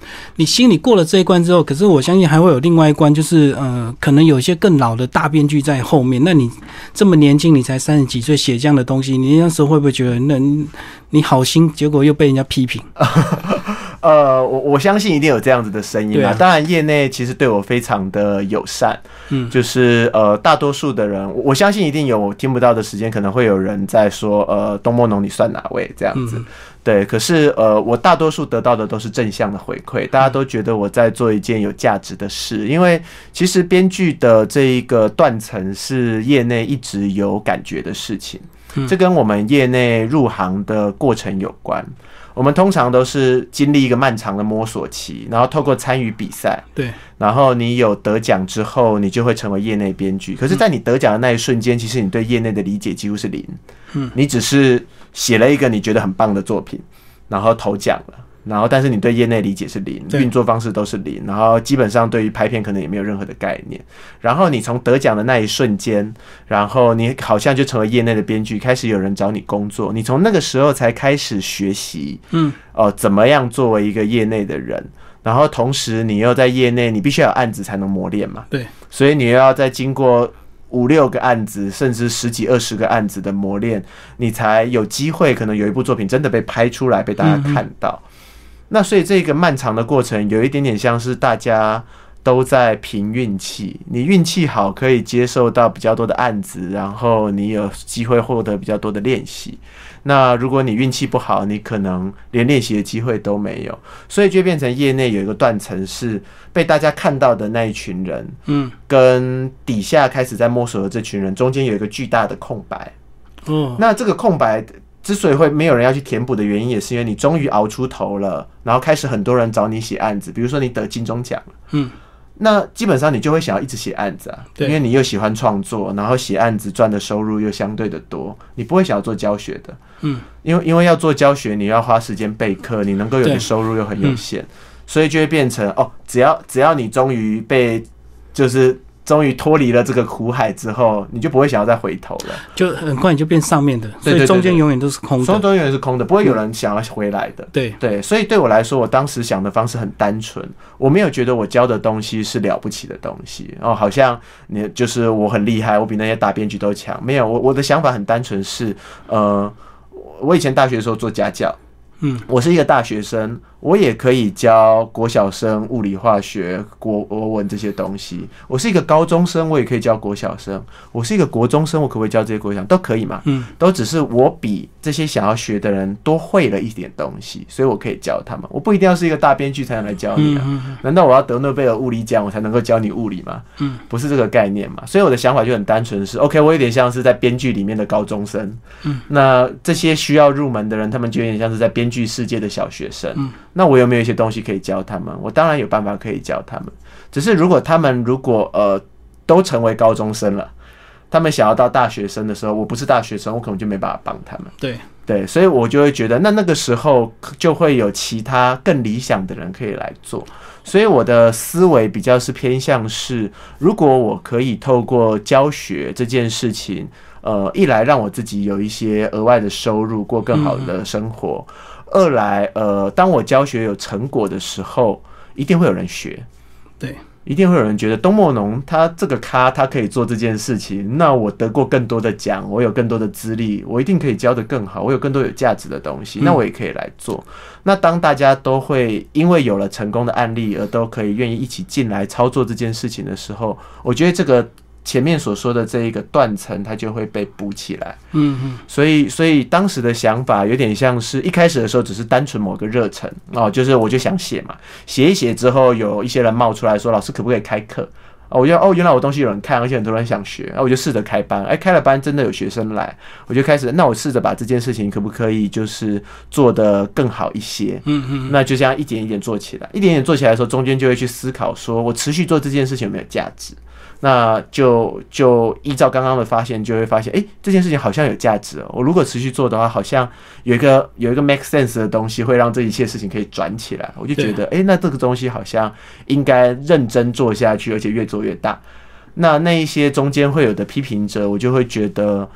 S1: 你心里过了这一关之后，可是我相信还会有另外一关，就是呃，可能有一些更老的大编剧在后面。那你这么年轻，你才三十几岁写这样的东西，你那时候会不会觉得，那你好心，结果又被人家批评？
S2: 呃，我我相信一定有这样子的声音啊。
S1: 啊
S2: 当然，业内其实对我非常的友善，嗯，就是呃，大多数的人，我相信一定有我听不到的时间，可能会有人在说，呃，东莫农你算哪位这样子。嗯，对，可是呃，我大多数得到的都是正向的回馈，大家都觉得我在做一件有价值的事，因为其实编剧的这一个断层是业内一直有感觉的事情，这跟我们业内入行的过程有关。我们通常都是经历一个漫长的摸索期，然后透过参与比赛，
S1: 对，
S2: 然后你有得奖之后，你就会成为业内编剧。可是，在你得奖的那一瞬间，其实你对业内的理解几乎是零，嗯，你只是写了一个你觉得很棒的作品，然后投奖了。然后，但是你对业内理解是零，运作方式都是零，然后基本上对于拍片可能也没有任何的概念。然后你从得奖的那一瞬间，然后你好像就成为业内的编剧，开始有人找你工作，你从那个时候才开始学习，嗯，哦、呃，怎么样作为一个业内的人。然后同时你又在业内，你必须要有案子才能磨练嘛，
S1: 对，
S2: 所以你又要再经过五六个案子，甚至十几二十个案子的磨练，你才有机会，可能有一部作品真的被拍出来，被大家看到。嗯，那所以这个漫长的过程有一点点像是大家都在凭运气，你运气好可以接受到比较多的案子，然后你有机会获得比较多的练习。那如果你运气不好，你可能连练习的机会都没有，所以就变成业内有一个断层，是被大家看到的那一群人，嗯，跟底下开始在摸索的这群人中间有一个巨大的空白。嗯，那这个空白之所以会没有人要去填补的原因，也是因为你终于熬出头了，然后开始很多人找你写案子，比如说你得金钟奖了，嗯，那基本上你就会想要一直写案子啊，因为你又喜欢创作，然后写案子赚的收入又相对的多，你不会想要做教学的，嗯，因为因为要做教学，你要花时间备课，你能够有的收入又很有限，所以就会变成哦，只要只要你终于被就是。终于脱离了这个苦海之后，你就不会想要再回头了，
S1: 就很快你就变上面的，所以中间永远都是空的，
S2: 中间永远是空的，不会有人想要回来的。
S1: 对
S2: 对，所以对我来说，我当时想的方式很单纯，我没有觉得我教的东西是了不起的东西哦，好像你就是我很厉害，我比那些大编剧都强。没有，我我的想法很单纯是，呃，我以前大学的时候做家教，嗯，我是一个大学生。我也可以教国小生物理、化学、国文这些东西。我是一个高中生，我也可以教国小生。我是一个国中生，我可不可以教这些国小生？都可以嘛。嗯，都只是我比这些想要学的人多会了一点东西，所以我可以教他们。我不一定要是一个大编剧才能来教你啊。嗯嗯，难道我要得诺贝尔物理奖我才能够教你物理吗？嗯，不是这个概念嘛。所以我的想法就很单纯是 ，OK， 我有点像是在编剧里面的高中生。嗯，那这些需要入门的人，他们就有点像是在编剧世界的小学生。嗯。那我有没有一些东西可以教他们？我当然有办法可以教他们，只是如果他们如果呃都成为高中生了，他们想要到大学生的时候，我不是大学生，我可能就没办法帮他们。
S1: 对
S2: 对，所以我就会觉得，那那个时候就会有其他更理想的人可以来做。所以我的思维比较是偏向是，如果我可以透过教学这件事情，呃，一来让我自己有一些额外的收入，过更好的生活。嗯，二来，呃，当我教学有成果的时候，一定会有人学，
S1: 对，
S2: 一定会有人觉得东莫农他这个咖，他可以做这件事情，那我得过更多的奖，我有更多的资历，我一定可以教得更好，我有更多有价值的东西，那我也可以来做。嗯，那当大家都会因为有了成功的案例，而都可以愿意一起进来操作这件事情的时候，我觉得这个。前面所说的这一个断层，它就会被补起来。嗯嗯，所以所以当时的想法有点像是一开始的时候，只是单纯某个热忱哦，就是我就想写嘛，写一写之后，有一些人冒出来说，老师可不可以开课？哦，我觉得哦，原来我东西有人看，而且很多人想学，啊，我就试着开班，哎，开了班真的有学生来，我就开始，那我试着把这件事情可不可以就是做得更好一些？嗯嗯，那就这样一点一点做起来，一点一点做起来的时候，中间就会去思考，说我持续做这件事情有没有价值？那就就依照刚刚的发现，就会发现，哎、欸，这件事情好像有价值哦。我如果持续做的话，好像有一个有一个 make sense 的东西，会让这一切事情可以转起来。我就觉得，哎、欸，那这个东西好像应该认真做下去，而且越做越大。那那一些中间会有的批评者，我就会觉得，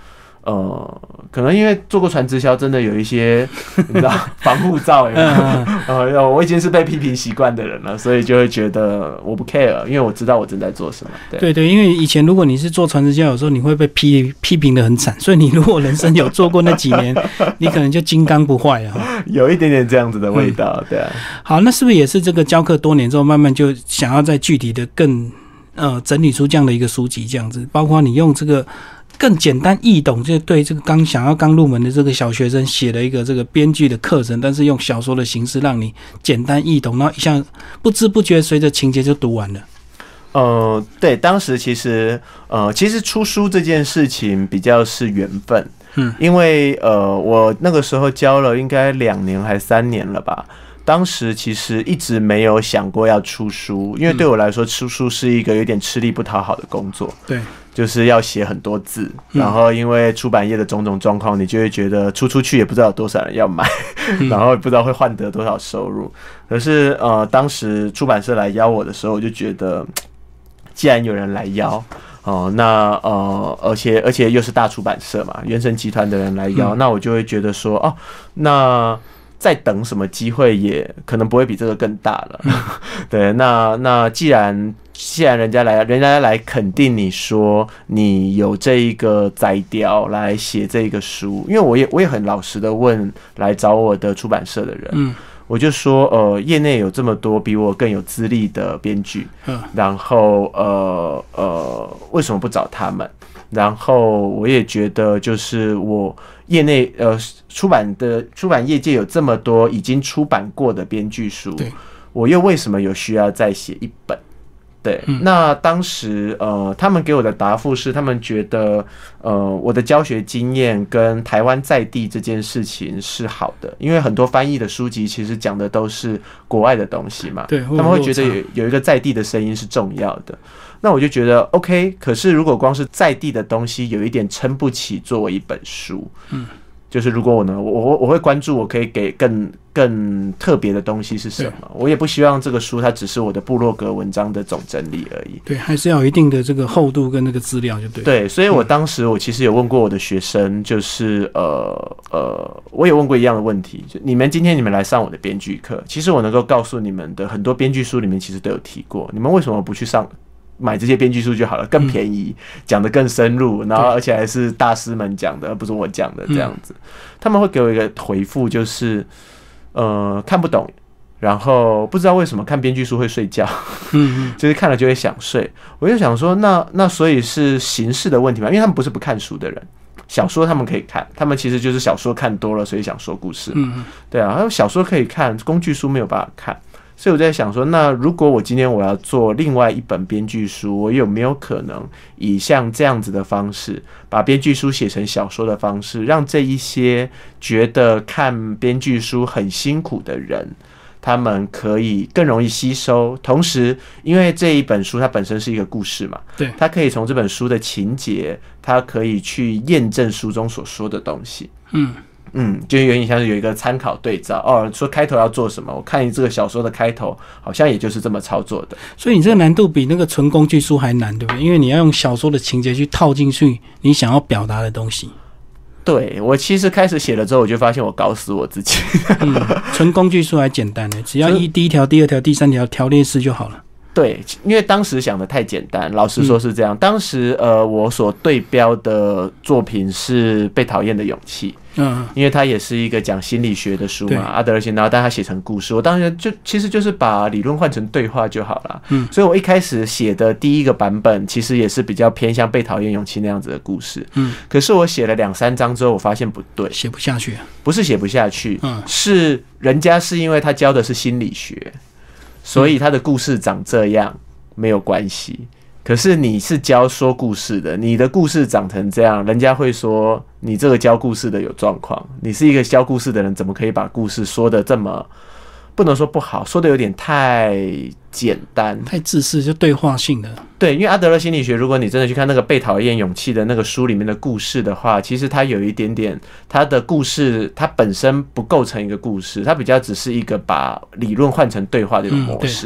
S2: 呃，可能因为做过传直销，真的有一些你知道防护罩有没有？呃，我已经是被批评习惯的人了，所以就会觉得我不 care， 因为我知道我正在做什么。对
S1: 对对，因为以前如果你是做传直销，有时候你会被批批评的很惨，所以你如果人生有做过那几年，你可能就金刚不坏啊，
S2: 有一点点这样子的味道，嗯、对啊。
S1: 好，那是不是也是这个教课多年之后，慢慢就想要再具体的更呃整理出这样的一个书籍，这样子，包括你用这个。更简单易懂，就对这个刚想要刚入门的这个小学生写了一个这个编剧的课程，但是用小说的形式让你简单易懂，然后一下不知不觉随着情节就读完了。
S2: 呃，对，当时其实呃，其实出书这件事情比较是缘分，嗯，因为呃，我那个时候教了应该两年还三年了吧。当时其实一直没有想过要出书，因为对我来说，出书是一个有点吃力不讨好的工作。对，就是要写很多字，然后因为出版业的种种状况，你就会觉得出出去也不知道有多少人要买，然后也不知道会换得多少收入。可是呃，当时出版社来邀我的时候，我就觉得，既然有人来邀。哦，那呃，而且而且又是大出版社嘛，原神集团的人来邀，那我就会觉得说，哦，那。再等什么机会也可能不会比这个更大了，对，那那既然既然人家来，人家来肯定你说你有这一个载调来写这一个书，因为我也我也很老实的问来找我的出版社的人，嗯，我就说，呃，业内有这么多比我更有资历的编剧，嗯，然后呃呃，为什么不找他们？然后我也觉得，就是我业内呃出版的出版业界有这么多已经出版过的编剧书，我又为什么有需要再写一本？对，嗯、那当时呃，他们给我的答复是，他们觉得呃，我的教学经验跟台湾在地这件事情是好的，因为很多翻译的书籍其实讲的都是国外的东西嘛，对，他们会觉得有有一个在地的声音是重要的。那我就觉得 OK， 可是如果光是在地的东西，有一点撑不起作为一本书。嗯，就是如果我呢，我我我会关注，我可以给更更特别的东西是什么？我也不希望这个书它只是我的部落格文章的总整理而已。对，还是要有一定的这个厚度跟那个资料就对。对，所以我当时我其实有问过我的学生，就是呃呃，我也问过一样的问题，就你们今天你们来上我的编剧课，其实我能够告诉你们的很多编剧书里面其实都有提过，你们为什么不去上？买这些编剧书就好了，更便宜，讲得更深入，然后而且还是大师们讲的，而不是我讲的这样子。他们会给我一个回复，就是呃看不懂，然后不知道为什么看编剧书会睡觉，嗯，就是看了就会想睡。我就想说，那那所以是形式的问题嘛？因为他们不是不看书的人，小说他们可以看，他们其实就是小说看多了，所以想说故事。嗯，对啊，还有小说可以看，工具书没有办法看。所以我在想说，那如果我今天我要做另外一本编剧书，我有没有可能以像这样子的方式，把编剧书写成小说的方式，让这一些觉得看编剧书很辛苦的人，他们可以更容易吸收。同时，因为这一本书它本身是一个故事嘛，对，它可以从这本书的情节，它可以去验证书中所说的东西。嗯。嗯，就有点像是有一个参考对照哦，说开头要做什么，我看这个小说的开头好像也就是这么操作的。所以你这个难度比那个纯工具书还难，对不对？因为你要用小说的情节去套进去你想要表达的东西。对，我其实开始写了之后，我就发现我搞死我自己。嗯，纯工具书还简单呢，只要一第一条、第二条、第三条条列式就好了。对，因为当时想的太简单，老实说是这样。嗯、当时呃，我所对标的作品是《被讨厌的勇气》。嗯，因为它也是一个讲心理学的书嘛，阿德勒心，然后但他写成故事，我当时就其实就是把理论换成对话就好了。嗯，所以我一开始写的第一个版本，其实也是比较偏向被讨厌勇气那样子的故事。嗯，可是我写了两三章之后，我发现不对，写不下去、啊，不是写不下去，嗯，是人家是因为他教的是心理学，所以他的故事长这样没有关系。可是你是教说故事的，你的故事长成这样，人家会说你这个教故事的有状况。你是一个教故事的人，怎么可以把故事说的这么不能说不好，说的有点太简单、太自私，就对话性的。对，因为阿德勒心理学，如果你真的去看那个《被讨厌勇气》的那个书里面的故事的话，其实它有一点点，它的故事它本身不构成一个故事，它比较只是一个把理论换成对话的一种模式。嗯、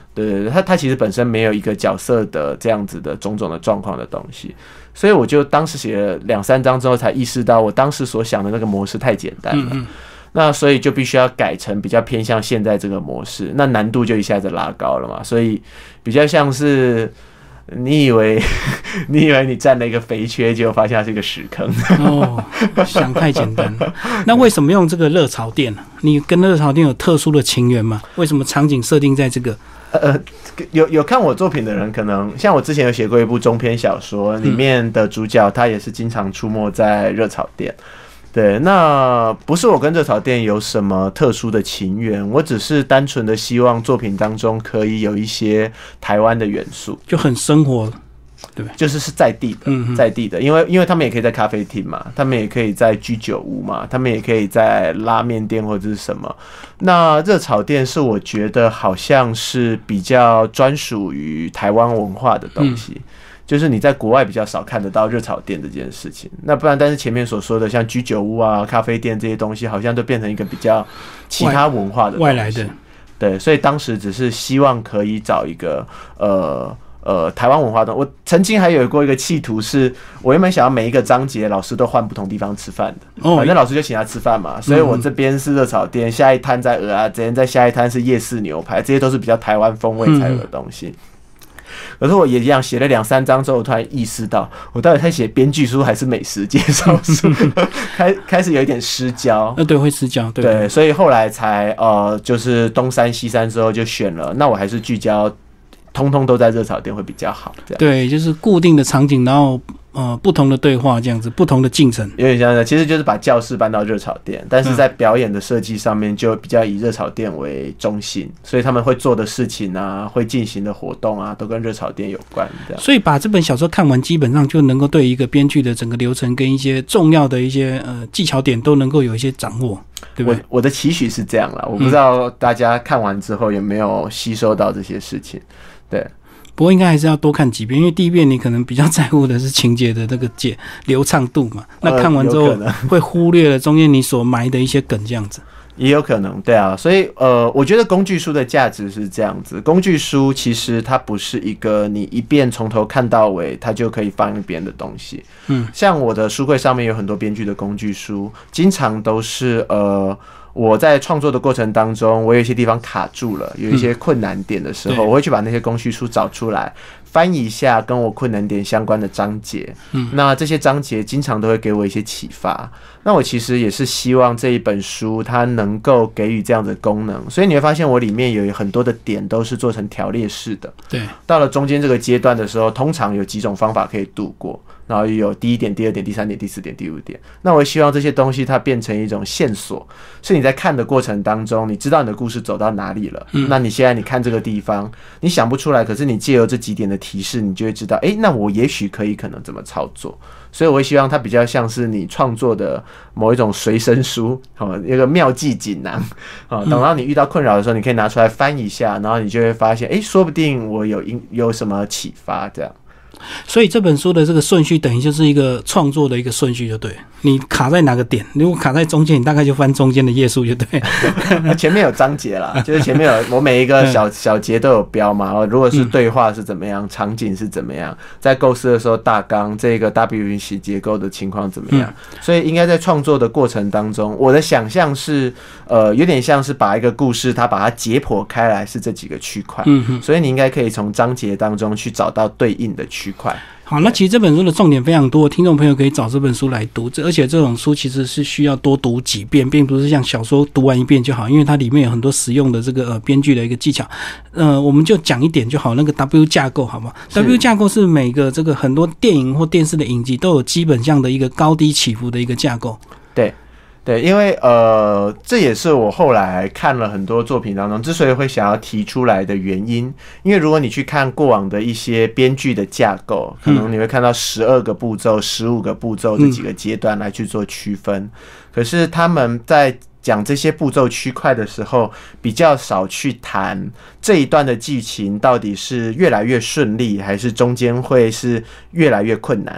S2: 对对对，他他其实本身没有一个角色的这样子的种种的状况的东西，所以我就当时写了两三章之后，才意识到我当时所想的那个模式太简单了。嗯嗯，那所以就必须要改成比较偏向现在这个模式，那难度就一下子拉高了嘛，所以比较像是你以为你以为你占了一个肥缺，结果发现它是一个屎坑。
S1: 哦，想太简单了。那为什么用这个热炒店呢？你跟热炒店有特殊的情缘吗？为什么场景设定在这个？
S2: 呃，有有看我作品的人，可能像我之前有写过一部中篇小说，里面的主角他也是经常出没在热炒店。对，那不是我跟热炒店有什么特殊的情缘，我只是单纯的希望作品当中可以有一些台湾的元素，
S1: 就很生活，对，
S2: 就是是在地的，在地的，因为因为他们也可以在咖啡厅嘛，他们也可以在居酒屋嘛，他们也可以在拉面店或者是什么。那热炒店是我觉得好像是比较专属于台湾文化的东西。嗯，就是你在国外比较少看得到热炒店这件事情，那不然，但是前面所说的像居酒屋啊、咖啡店这些东西，好像都变成一个比较其他文化的东西，
S1: 外来的。
S2: 对，所以当时只是希望可以找一个呃呃台湾文化的。我曾经还有过一个企图是，我原本想要每一个章节老师都换不同地方吃饭的，哦，反正老师就请他吃饭嘛，所以我这边是热炒店，下一摊在蚵仔煎，在下一摊是夜市牛排，这些都是比较台湾风味才有的东西。嗯，可是我也一样写了两三章之后，我突然意识到，我到底在写编剧书还是美食介绍书？开开始有一点失焦。呃，
S1: 对，会失焦，对。
S2: 对，所以后来才呃，就是东山西山之后就选了，那我还是聚焦，通通都在热炒店会比较好。这样。
S1: 对，就是固定的场景，然后呃不同的对话这样子，不同的进程。
S2: 有点像的，其实就是把教室搬到热炒店，但是在表演的设计上面就比较以热炒店为中心，所以他们会做的事情啊，会进行的活动啊，都跟热炒店有关。这样，
S1: 所以把这本小说看完，基本上就能够对一个编剧的整个流程跟一些重要的一些呃技巧点都能够有一些掌握，对不对？
S2: 我我的期许是这样啦，我不知道大家看完之后有没有吸收到这些事情，对。
S1: 不过应该还是要多看几遍，因为第一遍你可能比较在乎的是情节的这个解流畅度嘛，那看完之后会忽略了中间你所埋的一些梗，这样子
S2: 也有可能，对啊，所以呃，我觉得工具书的价值是这样子，工具书其实它不是一个你一遍从头看到尾它就可以放一边的东西，嗯，像我的书柜上面有很多编剧的工具书，经常都是呃。我在创作的过程当中，我有一些地方卡住了，有一些困难点的时候，嗯，我会去把那些工具书找出来，翻译一下跟我困难点相关的章节。嗯，那这些章节经常都会给我一些启发。那我其实也是希望这一本书它能够给予这样的功能，所以你会发现我里面有很多的点都是做成条列式的。对，到了中间这个阶段的时候，通常有几种方法可以度过。然后有第一点、第二点、第三点、第四点、第五点。那我希望这些东西它变成一种线索，是你在看的过程当中，你知道你的故事走到哪里了。嗯，那你现在你看这个地方，你想不出来，可是你借由这几点的提示，你就会知道，哎，那我也许可以可能怎么操作。所以我会希望它比较像是你创作的某一种随身书，哦，一个妙计锦囊，哦，等到你遇到困扰的时候，你可以拿出来翻一下，然后你就会发现，哎，说不定我有有什么启发这样。
S1: 所以这本书的这个顺序等于就是一个创作的一个顺序就对了，你卡在哪个点，如果卡在中间，你大概就翻中间的页数就对了。
S2: 前面有章节啦，就是前面有我每一个小小节都有标嘛，如果是对话是怎么样，场景是怎么样，在构思的时候大纲这个 W 型结构的情况怎么样，所以应该在创作的过程当中，我的想象是呃有点像是把一个故事它把它解剖开来是这几个区块，所以你应该可以从章节当中去找到对应的区块。
S1: 好，那其实这本书的重点非常多，听众朋友可以找这本书来读，而且这种书其实是需要多读几遍，并不是像小说读完一遍就好，因为它里面有很多实用的这个呃编剧的一个技巧。呃，我们就讲一点就好，那个 W 架构，好吗 ？W 架构是每个这个很多电影或电视的影集都有基本上的一个高低起伏的一个架构。
S2: 对。对，因为呃，这也是我后来看了很多作品当中之所以会想要提出来的原因。因为如果你去看过往的一些编剧的架构，可能你会看到十二个步骤、十五个步骤这几个阶段来去做区分。嗯、可是他们在讲这些步骤区块的时候，比较少去谈这一段的剧情到底是越来越顺利，还是中间会是越来越困难。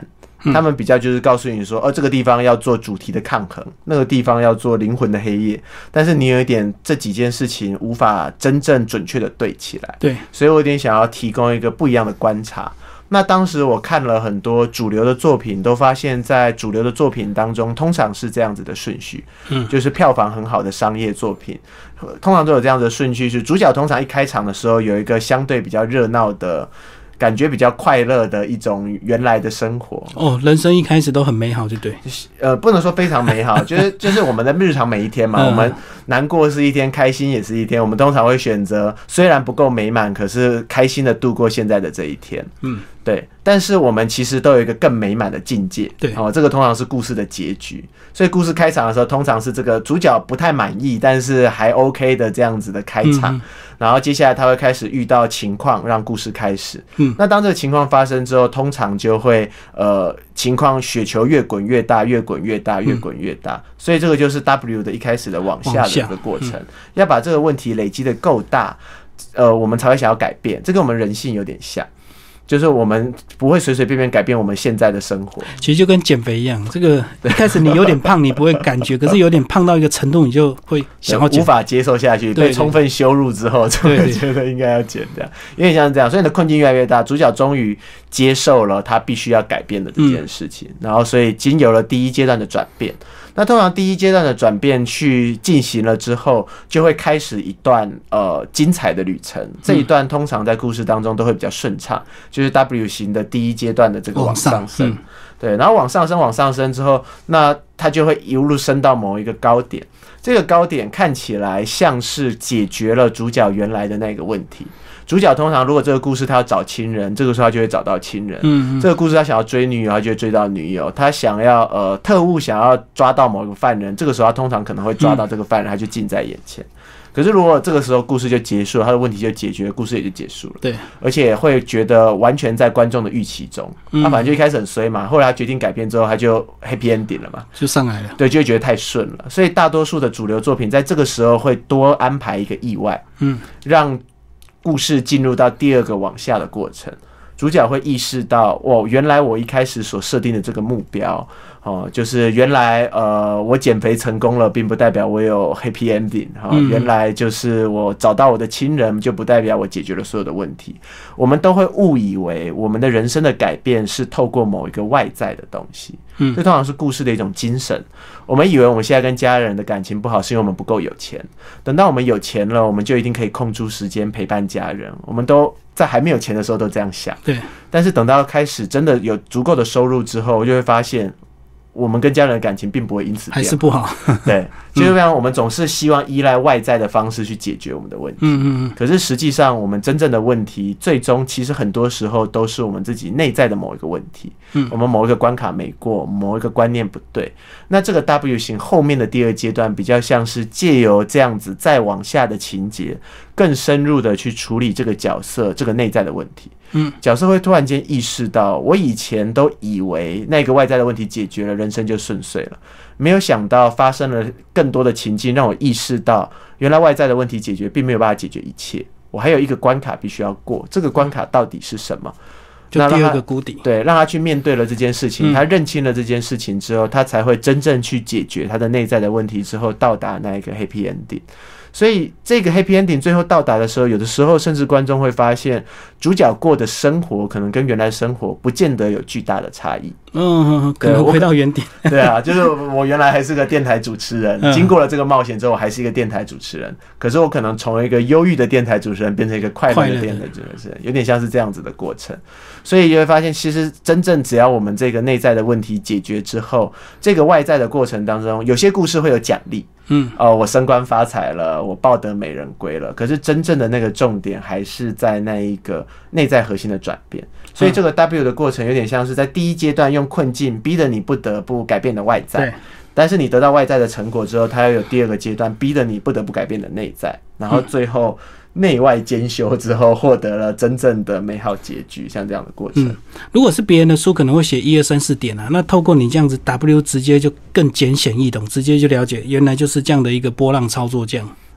S2: 他们比较就是告诉你说，哦，这个地方要做主题的抗衡，那个地方要做灵魂的黑夜，但是你有一点这几件事情无法真正准确的对起来，
S1: 对，
S2: 所以我有点想要提供一个不一样的观察。那当时我看了很多主流的作品，都发现在主流的作品当中，通常是这样子的顺序，嗯，就是票房很好的商业作品，通常都有这样子的顺序，是主角通常一开场的时候有一个相对比较热闹的。感觉比较快乐的一种原来的生活
S1: 哦，人生一开始都很美好，就对。
S2: 呃，不能说非常美好，就是就是我们的日常每一天嘛，嗯、我们难过是一天，开心也是一天。我们通常会选择虽然不够美满，可是开心的度过现在的这一天。嗯，对。但是我们其实都有一个更美满的境界，对哦，这个通常是故事的结局。所以故事开场的时候，通常是这个主角不太满意，但是还 OK 的这样子的开场。嗯、然后接下来他会开始遇到情况，让故事开始。嗯，那当这个情况发生之后，通常就会呃情况雪球越滚越大，越滚越大，越滚越大。嗯、所以这个就是 W 的一开始的往下的一个过程，嗯、要把这个问题累积的够大，呃，我们才会想要改变。这跟我们人性有点像。就是我们不会随随便便改变我们现在的生活，
S1: 其实就跟减肥一样，这个一开始你有点胖，你不会感觉，可是有点胖到一个程度，你就会想要减，
S2: 无法接受下去，被充分羞辱之后，就会觉得应该要减掉，有点像这样。所以你的困境越来越大，主角终于接受了他必须要改变的这件事情，嗯、然后所以经由了第一阶段的转变。那通常第一阶段的转变去进行了之后，就会开始一段呃精彩的旅程。这一段通常在故事当中都会比较顺畅，就是 W 型的第一阶段的这个往上升，嗯、对，然后往上升往上升之后，那它就会一路升到某一个高点。这个高点看起来像是解决了主角原来的那个问题。主角通常如果这个故事他要找亲人，这个时候他就会找到亲人。嗯，这个故事他想要追女友，他就会追到女友。他想要呃特务想要抓到某个犯人，这个时候他通常可能会抓到这个犯人，他就近在眼前。可是如果这个时候故事就结束了，他的问题就解决，故事也就结束了。对，而且会觉得完全在观众的预期中。他反正就一开始很衰嘛，后来他决定改变之后，他就 happy ending 了嘛，
S1: 就上来了。
S2: 对，就会觉得太顺了。所以大多数的主流作品在这个时候会多安排一个意外，嗯，让故事进入到第二个往下的过程。主角会意识到，哦，原来我一开始所设定的这个目标，哦，就是原来呃我减肥成功了，并不代表我有 happy ending，哦嗯、原来就是我找到我的亲人，就不代表我解决了所有的问题。我们都会误以为我们的人生的改变是透过某一个外在的东西，嗯，这通常是故事的一种精神。我们以为我们现在跟家人的感情不好，是因为我们不够有钱。等到我们有钱了，我们就一定可以空出时间陪伴家人。我们都在还没有钱的时候都这样想，对。但是等到开始真的有足够的收入之后，就会发现我们跟家人的感情并不会因此变好，
S1: 还是不好。
S2: 对，就是这样。我们总是希望依赖外在的方式去解决我们的问题。嗯嗯嗯。可是实际上，我们真正的问题，最终其实很多时候都是我们自己内在的某一个问题。嗯。我们某一个关卡没过，某一个观念不对。那这个 W 型后面的第二阶段，比较像是借由这样子再往下的情节，更深入的去处理这个角色这个内在的问题。嗯，角色会突然间意识到，我以前都以为那个外在的问题解决了，人生就顺遂了，没有想到发生了更多的情境，让我意识到，原来外在的问题解决并没有办法解决一切，我还有一个关卡必须要过，这个关卡到底是什么？
S1: 就第二个谷底，
S2: 对，让他去面对了这件事情，他认清了这件事情之后，他才会真正去解决他的内在的问题，之后到达那一个 happy ending。所以这个 happy ending 最后到达的时候，有的时候甚至观众会发现，主角过的生活可能跟原来生活不见得有巨大的差异。
S1: 嗯，可能回到原点。
S2: 对啊，就是我原来还是个电台主持人，经过了这个冒险之后，我还是一个电台主持人。可是我可能从一个忧郁的电台主持人变成一个快乐的电台主持人，有点像是这样子的过程。所以你会发现，其实真正只要我们这个内在的问题解决之后，这个外在的过程当中，有些故事会有奖励。嗯，哦，我升官发财了，我抱得美人归了。可是真正的那个重点还是在那一个内在核心的转变。所以这个 W 的过程有点像是在第一阶段用困境逼得你不得不改变的外在，对。但是你得到外在的成果之后，它要有第二个阶段，逼得你不得不改变的内在，然后最后内外兼修之后，获得了真正的美好结局，像这样的过程。
S1: 嗯，如果是别人的书，可能会写一二三四点啊，那透过你这样子 W 直接就更简显易懂，直接就了解原来就是这样的一个波浪操作这样。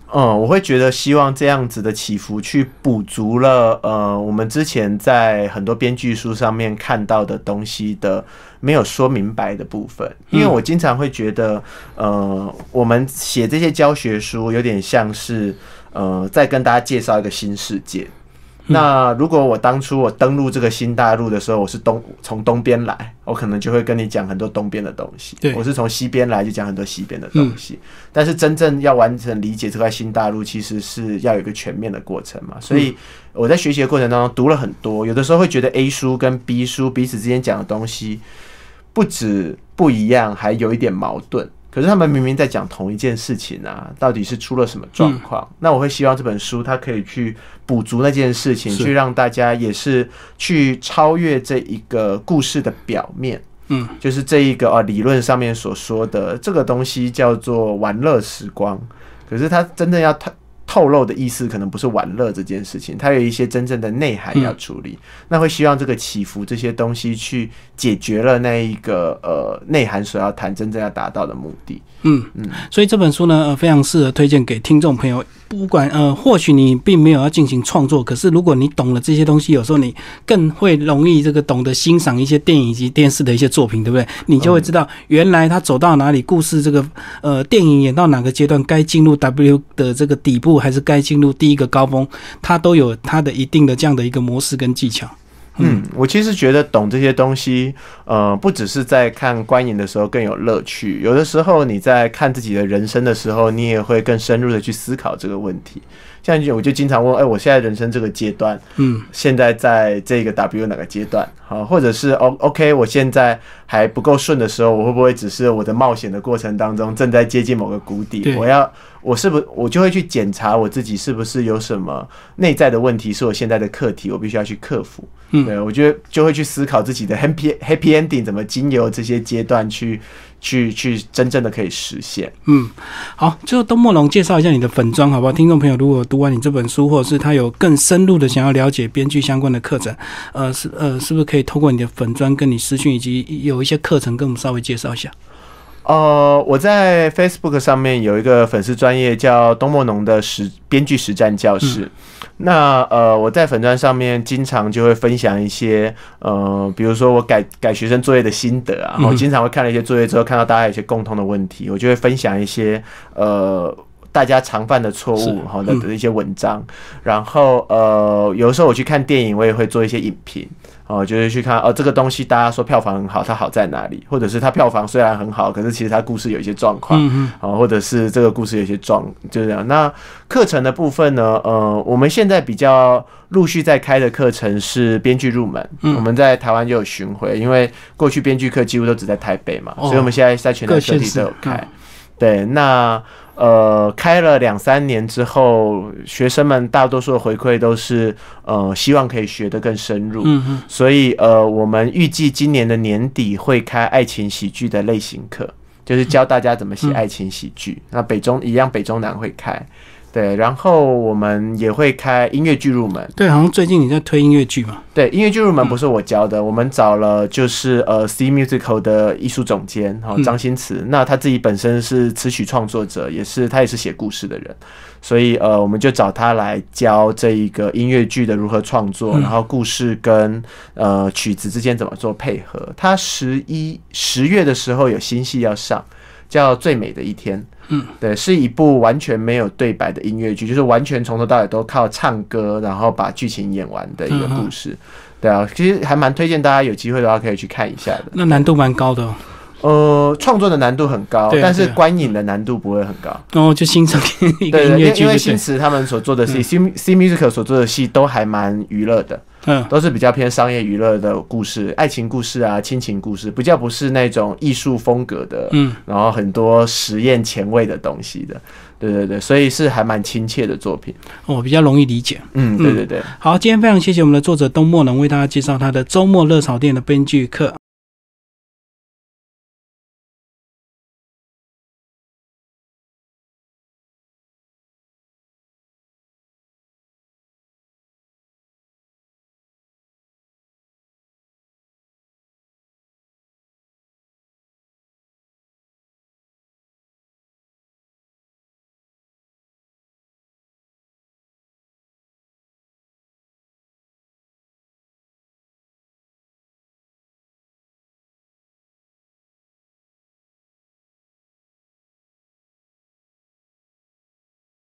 S2: 嗯，我会觉得希望这样子的起伏去补足了呃，我们之前在很多编剧书上面看到的东西的没有说明白的部分。因为我经常会觉得，呃，我们写这些教学书有点像是呃，在跟大家介绍一个新世界。那如果我当初我登陆这个新大陆的时候，我是东从东边来，我可能就会跟你讲很多东边的东西；我是从西边来，就讲很多西边的东西。嗯、但是真正要完成理解这块新大陆，其实是要有一个全面的过程嘛。所以我在学习的过程当中读了很多，有的时候会觉得 A 书跟 B 书彼此之间讲的东西不止不一样，还有一点矛盾。可是他们明明在讲同一件事情啊，到底是出了什么状况？嗯、那我会希望这本书它可以去补足那件事情，去让大家也是去超越这一个故事的表面。嗯，就是这一个啊理论上面所说的这个东西叫做玩乐时光，可是它真正要透露的意思可能不是玩乐这件事情，它有一些真正的内涵要处理。嗯、那会希望这个起伏这些东西去解决了那一个呃内涵所要谈真正要达到的目的。
S1: 嗯嗯，所以这本书呢，呃，非常适合推荐给听众朋友。不管呃，或许你并没有要进行创作，可是如果你懂了这些东西，有时候你更会容易这个懂得欣赏一些电影以及电视的一些作品，对不对？你就会知道原来他走到哪里，故事这个呃电影演到哪个阶段，该进入 W 的这个底部，还是该进入第一个高峰，它都有它的一定的这样的一个模式跟技巧。
S2: 嗯，我其实觉得懂这些东西，呃，不只是在看观影的时候更有乐趣，有的时候你在看自己的人生的时候，你也会更深入的去思考这个问题。像我就经常问，哎、欸，我现在人生这个阶段，嗯，现在在这个 W 哪个阶段？好，或者是 OK， 我现在还不够顺的时候，我会不会只是我的冒险的过程当中正在接近某个谷底？我要，我是不是我就会去检查我自己是不是有什么内在的问题，是我现在的课题，我必须要去克服。嗯，对，我觉得就会去思考自己的 happy happy ending 怎么经由这些阶段去。去去真正的可以实现。嗯，
S1: 好，最后东默农介绍一下你的粉专好不好？听众朋友如果读完你这本书，或者是他有更深入的想要了解编剧相关的课程，呃，是呃，是不是可以透过你的粉专跟你私讯，以及有一些课程跟我们稍微介绍一下？
S2: 呃，我在 Facebook 上面有一个粉丝专页叫东默农的实编剧实战教室。嗯、那呃，我在粉专上面经常就会分享一些呃，比如说我改改学生作业的心得啊，我经常会看了一些作业之后，看到大家有一些共同的问题，我就会分享一些呃。大家常犯的错误好的的一些文章，嗯、然后呃，有时候我去看电影，我也会做一些影评哦，就是去看哦这个东西大家说票房很好，它好在哪里？或者是它票房虽然很好，可是其实它故事有一些状况，嗯哦，或者是这个故事有一些状，就是这样。那课程的部分呢，呃，我们现在比较陆续在开的课程是编剧入门，嗯、我们在台湾就有巡回，因为过去编剧课几乎都只在台北嘛，哦、所以我们现在在全台各地都有开。嗯、对，那。呃，开了两三年之后，学生们大多数的回馈都是呃，希望可以学得更深入。嗯嗯。所以呃，我们预计今年的年底会开爱情喜剧的类型课，就是教大家怎么写爱情喜剧。嗯、那北中一样，北中南会开。对，然后我们也会开音乐剧入门。
S1: 对，好像最近你在推音乐剧嘛？
S2: 对，音乐剧入门不是我教的，嗯、我们找了就是呃 C Musical 的艺术总监哈张新慈，嗯、那他自己本身是词曲创作者，也是他也是写故事的人，所以呃我们就找他来教这一个音乐剧的如何创作，嗯、然后故事跟呃曲子之间怎么做配合。他十一十月的时候有新戏要上，叫《最美的一天》。嗯，对，是一部完全没有对白的音乐剧，就是完全从头到尾都靠唱歌，然后把剧情演完的一个故事。嗯、对啊，其实还蛮推荐大家有机会的话可以去看一下的。
S1: 那难度蛮高的哦。
S2: 呃，创作的难度很高，啊、但是观影的难度不会很高。
S1: 哦，就欣赏一个音乐剧，
S2: 因为新词他们所做的戏、嗯、，C C Musical 所做的戏都还蛮娱乐的。嗯，都是比较偏商业娱乐的故事，爱情故事啊，亲情故事，比较不是那种艺术风格的，嗯，然后很多实验前卫的东西的，对对对，所以是还蛮亲切的作品，
S1: 哦，比较容易理解，
S2: 嗯，对对对。
S1: 好，今天非常谢谢我们的作者东默农为大家介绍他的周末热炒店的编剧课。